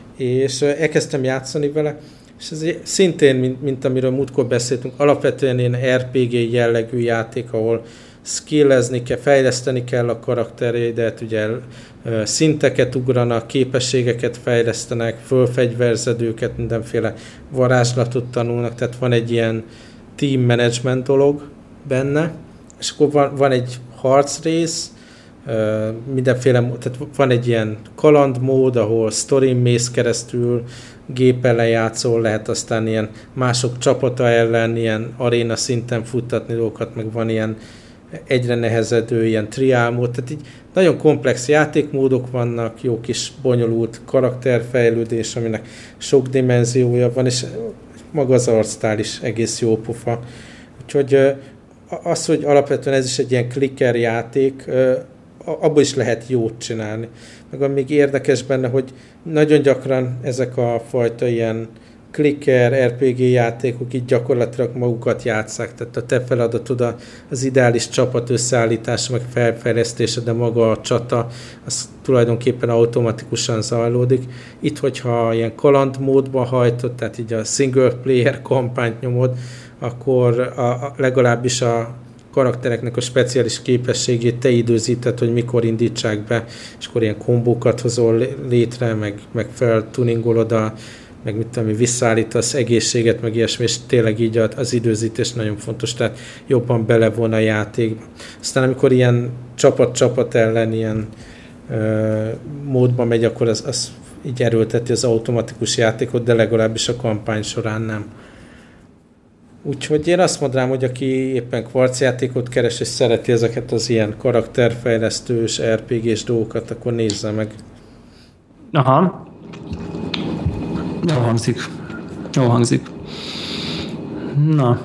És elkezdtem játszani vele, és ez szintén, mint, mint amiről múltkor beszéltünk, alapvetően ilyen er pé gé jellegű játék, ahol skillezni kell, fejleszteni kell a karaktereidet, ugye szinteket ugranak, képességeket fejlesztenek, fölfegyverzedőket, mindenféle varázslatot tanulnak, tehát van egy ilyen team management dolog benne, és akkor van, van egy harcrész, Uh, mindenféle, tehát van egy ilyen kalandmód, ahol sztorin mész keresztül, gép ellen játszol, lehet aztán ilyen mások csapata ellen, ilyen aréna szinten futtatni dolgokat, meg van ilyen egyre nehezedő, ilyen triálmód, tehát így nagyon komplex játékmódok vannak, jó kis bonyolult karakterfejlődés, aminek sok dimenziója van, és maga az arctál is egész jó pofa. Úgyhogy uh, az, hogy alapvetően ez is egy ilyen clicker játék, uh, abból is lehet jót csinálni. Meg ami még érdekes benne, hogy nagyon gyakran ezek a fajta ilyen clicker, er pé gé játékok így gyakorlatilag magukat játsszák, tehát a te feladatod az ideális csapat összeállítása, meg felfejlesztése, de maga a csata, az tulajdonképpen automatikusan zajlódik. Itt, hogyha ilyen kalandmódban hajtod, tehát így a single player kampányt nyomod, akkor a, a, legalábbis a karaktereknek a speciális képességét te időzíted, hogy mikor indítsák be, és akkor ilyen kombókat hozol létre, meg, meg feltuningolod a, meg mit tudom, visszaállítasz egészséget, meg ilyesmi, és tényleg így az időzítés nagyon fontos, tehát jobban belevon a játékba. Aztán amikor ilyen csapat-csapat ellen ilyen ö, módban megy, akkor az, az így erőlteti az automatikus játékot, de legalábbis a kampány során nem. Úgyhogy én azt mondanám, hogy aki éppen kvarcjátékot keres, és szereti ezeket az ilyen karakterfejlesztős, er pé gés dolgokat, akkor nézze meg. Aha. Jó hangzik. Jó hangzik. Na.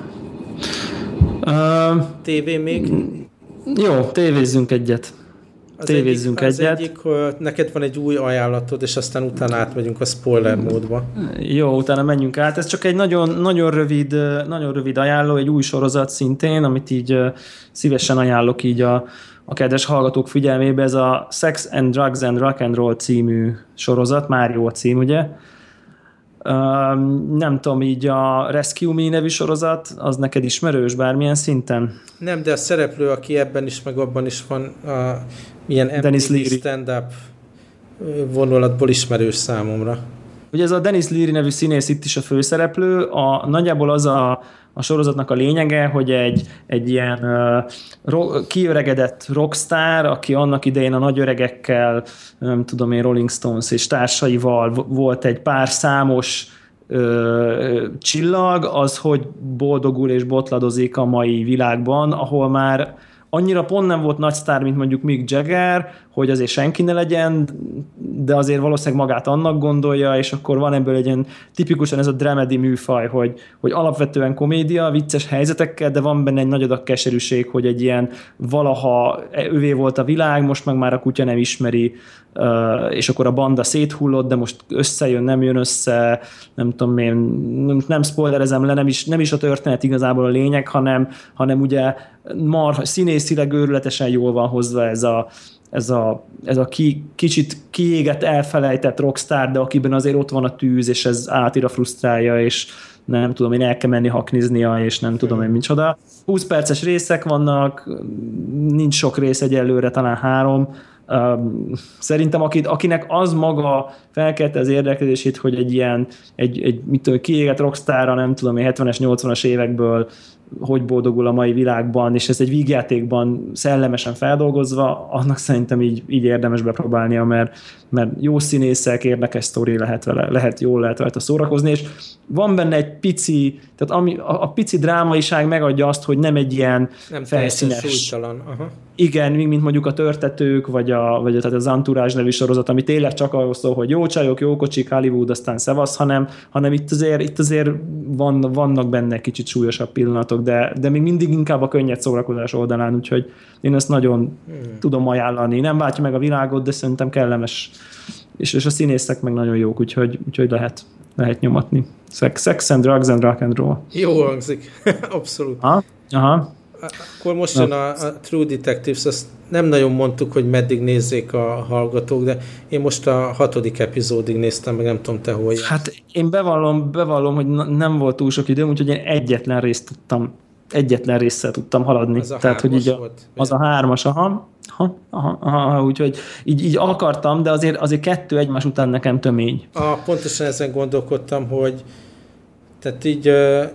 Uh, tévé még? Jó, tévézzünk egyet. Az tévézzünk egyik, egyet. Az egyik, neked van egy új ajánlatod, és aztán utána átmegyünk a spoiler módba. Jó, utána menjünk át. Ez csak egy nagyon, nagyon, rövid, nagyon rövid ajánló, egy új sorozat szintén, amit így szívesen ajánlok így a, a kedves hallgatók figyelmébe. Ez a Sex and Drugs and Rock and Roll című sorozat, már jó a cím, ugye? Um, nem tudom, így a Rescue Me nevű sorozat, az neked ismerős bármilyen szinten? Nem, de a szereplő, aki ebben is, meg abban is van, a, milyen em té vé stand-up vonulatból ismerős számomra. Ugye ez a Denis Leary nevű színész itt is a főszereplő, a, nagyjából az a, a sorozatnak a lényege, hogy egy, egy ilyen uh, ro- kiöregedett rockstar, aki annak idején a nagyöregekkel, nem tudom én, Rolling Stones és társaival v- volt egy pár számos uh, csillag, az hogy boldogul és botladozik a mai világban, ahol már annyira pont nem volt nagy sztár, mint mondjuk Mick Jagger, hogy azért senki ne legyen, de azért valószínűleg magát annak gondolja, és akkor van ebből egy ilyen tipikusan ez a dramedy műfaj, hogy, hogy alapvetően komédia, vicces helyzetekkel, de van benne egy nagy adag keserűség, hogy egy ilyen valaha övé volt a világ, most meg már a kutya nem ismeri, és akkor a banda széthullott, de most összejön, nem jön össze, nem tudom én, nem spoilerezem le, nem is, nem is a történet igazából a lényeg, hanem, hanem ugye mar, színészileg őrületesen jól van hozva ez a ez a, ez a ki, kicsit kiégett, elfelejtett rockstar, de akiben azért ott van a tűz, és ez átira frusztrálja, és nem tudom én, el kell menni hakniznia, és nem tudom én micsoda. húsz perces részek vannak, nincs sok rész egyelőre, talán három, Um, szerintem akit, akinek az maga felkelte az érdeklődését, hogy egy ilyen, egy, egy mit tudom, kiégett rockstarra, nem tudom, hetvenes, nyolcvanas évekből hogy boldogul a mai világban, és ez egy vígjátékban szellemesen feldolgozva, annak szerintem így, így érdemes bepróbálnia, mert, mert jó színészek, érdekes sztori lehet vele, lehet jól lehet rajta szórakozni, és van benne egy pici, tehát ami, a, a pici drámaiság megadja azt, hogy nem egy ilyen nem felszínes. Aha. Igen, mint mondjuk a Törtetők, vagy, a, vagy tehát az Entourage nevű sorozat, ami tényleg csak arról szól, hogy jó csajok, jó kocsik, Hollywood, aztán szevasz, hanem, hanem itt azért, itt azért van, vannak benne kicsit súlyosabb pillanatok, de, de még mindig inkább a könnyed szórakozás oldalán, úgyhogy én ezt nagyon hmm. tudom ajánlani. Nem váltja meg a világot, de szerintem kellemes, és, és a színészek meg nagyon jók, úgyhogy, úgyhogy lehet, lehet nyomatni. Sex, sex and drugs and rock and roll. Jó hangzik, abszolút. Aha, aha. Akkor most jön a, a True Detectives, azt nem nagyon mondtuk, hogy meddig nézzék a hallgatók, de én most a hatodik epizódig néztem, meg nem tudom te, hol jársz. Hát én bevallom, bevallom, hogy nem volt túl sok időm, úgyhogy én egyetlen részt tudtam, egyetlen résszel tudtam haladni. Az a Tehát, hogy így a, volt? Az a hármas, aha, aha, aha, aha úgyhogy így, így akartam, de azért, azért kettő egymás után nekem tömény. Ah, pontosan ezen gondolkodtam, hogy tehát így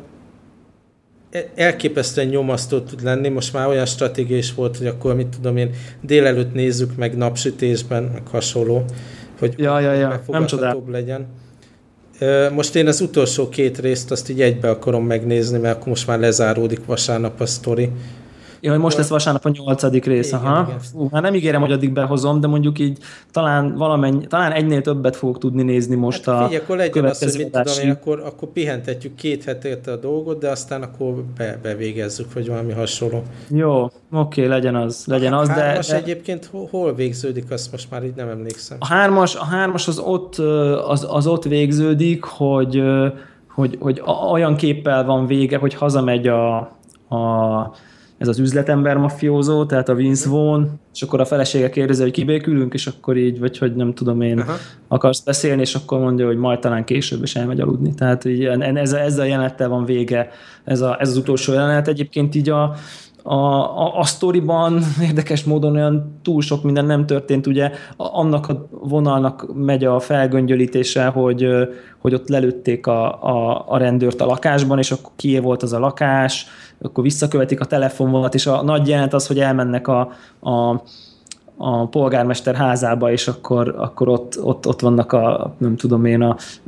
elképesztően nyomasztó tud lenni, most már olyan stratégia is volt, hogy akkor mit tudom én, délelőtt nézzük meg napsütésben, meg hasonló, hogy ja, ja, ja. megfogadhatóbb legyen. Most én az utolsó két részt azt így egybe akarom megnézni, mert akkor most már lezáródik vasárnap a sztori. Ja, hogy most lesz vasárnap a nyolcadik rész, igen, aha. Igen. Fú, hát nem ígérem, hogy addig behozom, de mondjuk így talán valamennyi, talán egynél többet fogok tudni nézni most hát, a figyelj, akkor legyen az, hogy mit tudom én, akkor, akkor pihentetjük két hetét a dolgot, de aztán akkor be, bevégezzük, vagy valami hasonló. Jó, oké, legyen az, legyen az, de... A hármas de... egyébként hol végződik, azt most már így nem emlékszem. A hármas, a hármas az, ott, az, az ott végződik, hogy, hogy, hogy olyan képpel van vége, hogy hazamegy a, a ez az üzletember mafiózó, tehát a Vince Vaughn, és akkor a felesége kérdezi, hogy kibékülünk, és akkor így, vagy hogy nem tudom én, aha, akarsz beszélni, és akkor mondja, hogy majd talán később is elmegy aludni. Tehát így ezzel, ezzel a jelenettel van vége, ez, a, ez az utolsó jelenet. Egyébként így a, a, a, a sztoriban érdekes módon olyan túl sok minden nem történt, ugye annak a vonalnak megy a felgöngyölítése, hogy, hogy ott lelőtték a, a, a rendőrt a lakásban, és akkor kié volt az a lakás, akkor visszakövetik a telefonvonalat, és a nagy jelent az, hogy elmennek a, a, a polgármester házába, és akkor, akkor ott, ott, ott vannak a, nem tudom én, a,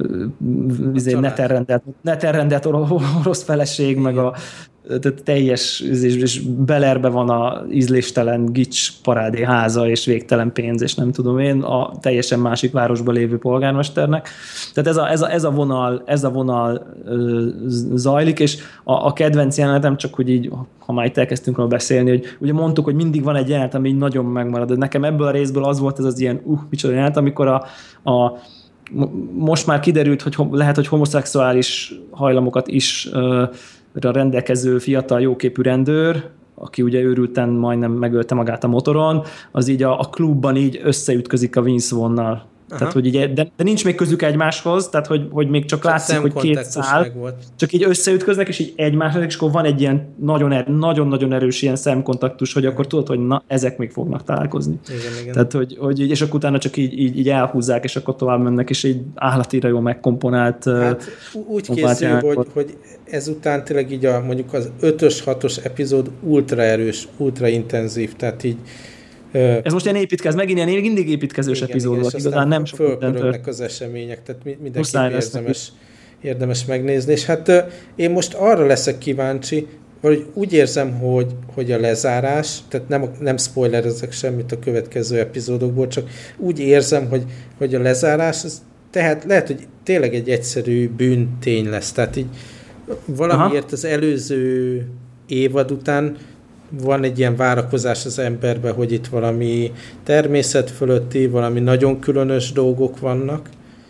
a neten rendelt, neten rendelt orosz feleség, igen, meg a tehát teljes, és belerbe van a ízléstelen gics parádé háza, és végtelen pénz, és nem tudom én, a teljesen másik városban lévő polgármesternek. Tehát ez a, ez a, ez a vonal, ez a vonal ö, zajlik, és a, a kedvenc jelenetem, csak hogy így, ha már itt elkezdtünk róla beszélni, hogy ugye mondtuk, hogy mindig van egy jelenet, ami így nagyon megmarad, de nekem ebből a részből az volt ez az ilyen, uh, micsoda jelenet, amikor a, a most már kiderült, hogy lehet, hogy homoszexuális hajlamokat is ö, rendelkező fiatal jóképű rendőr, aki ugye őrülten majdnem megölte magát a motoron, az így a, a klubban így összeütközik a Vince Vaughn-nal. Tehát, hogy így, de, de nincs még közük egymáshoz, tehát hogy, hogy még csak, csak látszik, hogy két szál, csak így összeütköznek, és így egymáshoz, és akkor van egy ilyen nagyon-nagyon erős ilyen szemkontaktus, hogy akkor tudod, hogy na, ezek még fognak találkozni. Igen, igen. Tehát, hogy, hogy és akkor utána csak így, így, így elhúzzák, és akkor tovább mennek, és így állatira jól megkomponált. Hát úgy készül, hogy, hogy ezután tényleg így a, mondjuk az ötös, hatos epizód ultra erős, ultra intenzív, tehát így ez most ilyen építkez, megint ilyen mindig építkezős igen, epizód volt, igazán nem sok fölpörögnek az események, tehát mindenképp érdemes, érdemes megnézni. És hát én most arra leszek kíváncsi, vagy úgy érzem, hogy, hogy a lezárás, tehát nem, nem spoilerezek semmit a következő epizódokból, csak úgy érzem, hogy, hogy a lezárás, az, tehát lehet, hogy tényleg egy egyszerű bűntény lesz. Tehát így valamiért aha, az előző évad után van egy ilyen várakozás az emberben, hogy itt valami természet fölötti, valami nagyon különös dolgok vannak.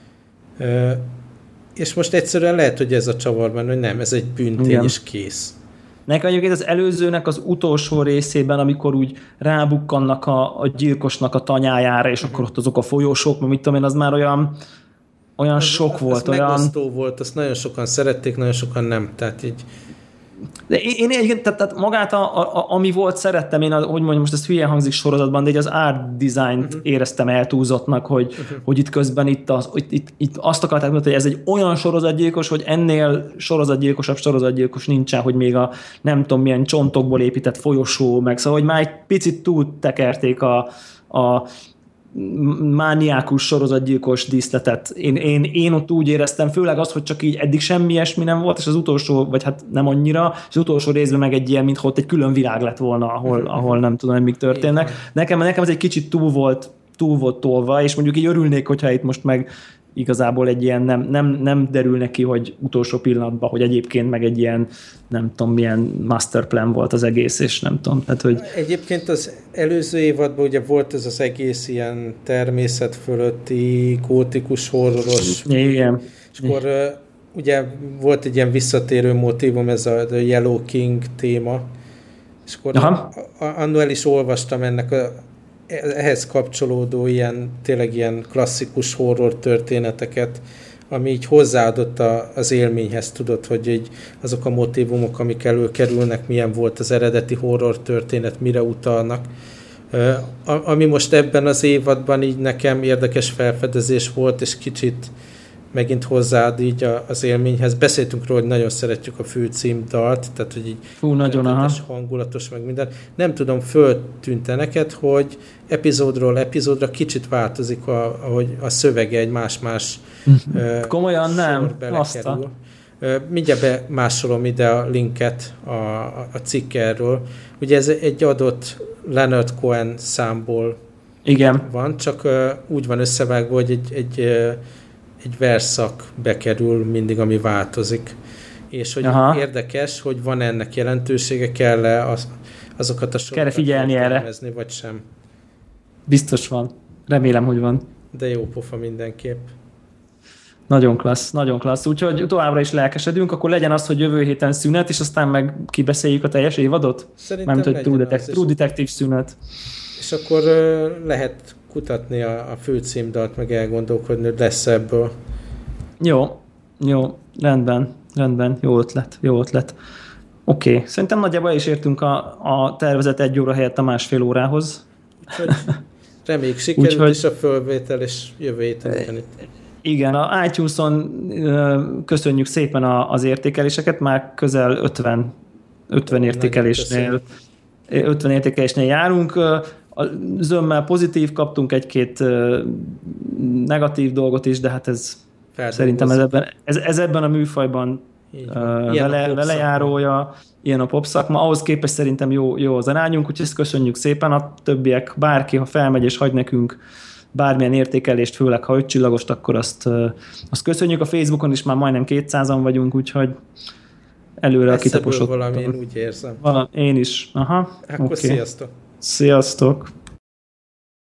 És most egyszerűen lehet, hogy ez a csavarban, hogy nem, ez egy bűntény, igen, és kész. Nekem egyébként az előzőnek az utolsó részében, amikor úgy rábukkannak a, a gyilkosnak a tanyájára, és uh-huh, akkor ott azok a folyósok, mert mit tudom én, az már olyan, olyan az, sok az, volt. Az olyan... megosztó volt, azt nagyon sokan szerették, nagyon sokan nem. Tehát így De én, én tehát, tehát magát, a, a, ami volt, szerettem én, hogy mondjam, most ez hülyen hangzik sorozatban, de így az art design-t uh-huh. éreztem eltúlzottnak, hogy, uh-huh. hogy itt közben itt, az, itt, itt, itt azt akarták mondani, hogy ez egy olyan sorozatgyilkos, hogy ennél sorozatgyilkosabb sorozatgyilkos nincsen, hogy még a nem tudom milyen csontokból épített folyosó, meg szóval, hogy már egy picit túl tekerték a, a mániákus sorozatgyilkos díszletet. Én, én, én ott úgy éreztem, főleg az, hogy csak így eddig semmi ilyesmi nem volt, és az utolsó, vagy hát nem annyira, és az utolsó részben meg egy ilyen, mintha ott egy külön világ lett volna, ahol, ahol nem tudom, mik történnek. Nekem, nekem ez egy kicsit túl volt, túl volt tolva, és mondjuk így örülnék, hogyha itt most meg igazából egy ilyen nem, nem, nem derül neki, hogy utolsó pillanatban, hogy egyébként meg egy ilyen, nem tudom, milyen masterplan volt az egész, és nem tudom. Tehát, hogy... Egyébként az előző évadban ugye volt ez az egész ilyen természet fölötti, gótikus, horroros. Igen. És akkor ugye volt egy ilyen visszatérő motívum, ez a The Yellow King téma, és akkor annól el is olvastam ennek a ehhez kapcsolódó ilyen, tényleg ilyen klasszikus horror történeteket, ami így hozzáadott a, az élményhez, tudod, hogy így azok a motívumok, amik előkerülnek, milyen volt az eredeti horror történet, mire utalnak. Uh, ami most ebben az évadban így nekem érdekes felfedezés volt, és kicsit megint hozzáad így a, az élményhez. Beszéltünk róla, hogy nagyon szeretjük a főcímdalt, tehát hogy így Fú, nagyon, aha. hangulatos, meg minden. Nem tudom, föltűnte neked, hogy epizódról epizódra kicsit változik, a, ahogy a szövege egy más-más komolyan nem, aztán. Mindjárt bemásolom ide a linket a, a cikk erről. Ugye ez egy adott Leonard Cohen számból Igen. van, csak úgy van összevágva, hogy egy, egy egy versszak bekerül mindig, ami változik. És hogy Aha. érdekes, hogy van ennek jelentősége, kell-e az, azokat a sorokat figyelni erre, vagy sem. Biztos van. Remélem, hogy van. De jó pofa mindenképp. Nagyon klassz, nagyon klassz. Úgyhogy továbbra is lelkesedünk, akkor legyen az, hogy jövő héten szünet, és aztán meg kibeszéljük a teljes évadot? Szerintem Mármint, hogy True, Detect- True Detective szünet. És akkor uh, lehet kutatni a, a főcímdalt, meg elgondolkodni, hogy lesz ebből. Jó, jó, rendben, rendben, jó ötlet, jó ötlet. Oké, okay. Szerintem nagyjából is értünk a, a tervezett egy óra helyett a másfél órához. Úgyhogy reméljük sikerült Úgyhogy... is a fölvétel, és jövő héten. Igen, a iTunes-on köszönjük szépen az értékeléseket, már közel ötven, ötven értékelésnél, ötven értékelésnél járunk. A zömmel pozitív, kaptunk egy-két negatív dolgot is, de hát ez szerintem ez ebben, ez, ez ebben a műfajban vele, velejárója, ilyen a popszakma. Ahhoz képest szerintem jó, jó az arányunk, úgyhogy ezt köszönjük szépen. A többiek, bárki, ha felmegy és hagy nekünk bármilyen értékelést, főleg ha öt csillagost, akkor azt, azt köszönjük. A Facebookon is már majdnem kétszázan vagyunk, úgyhogy előre a kitaposott. Valami, én úgy érzem. Valami, én is. Aha. Akkor okay. Sziasztok! Sziasztok!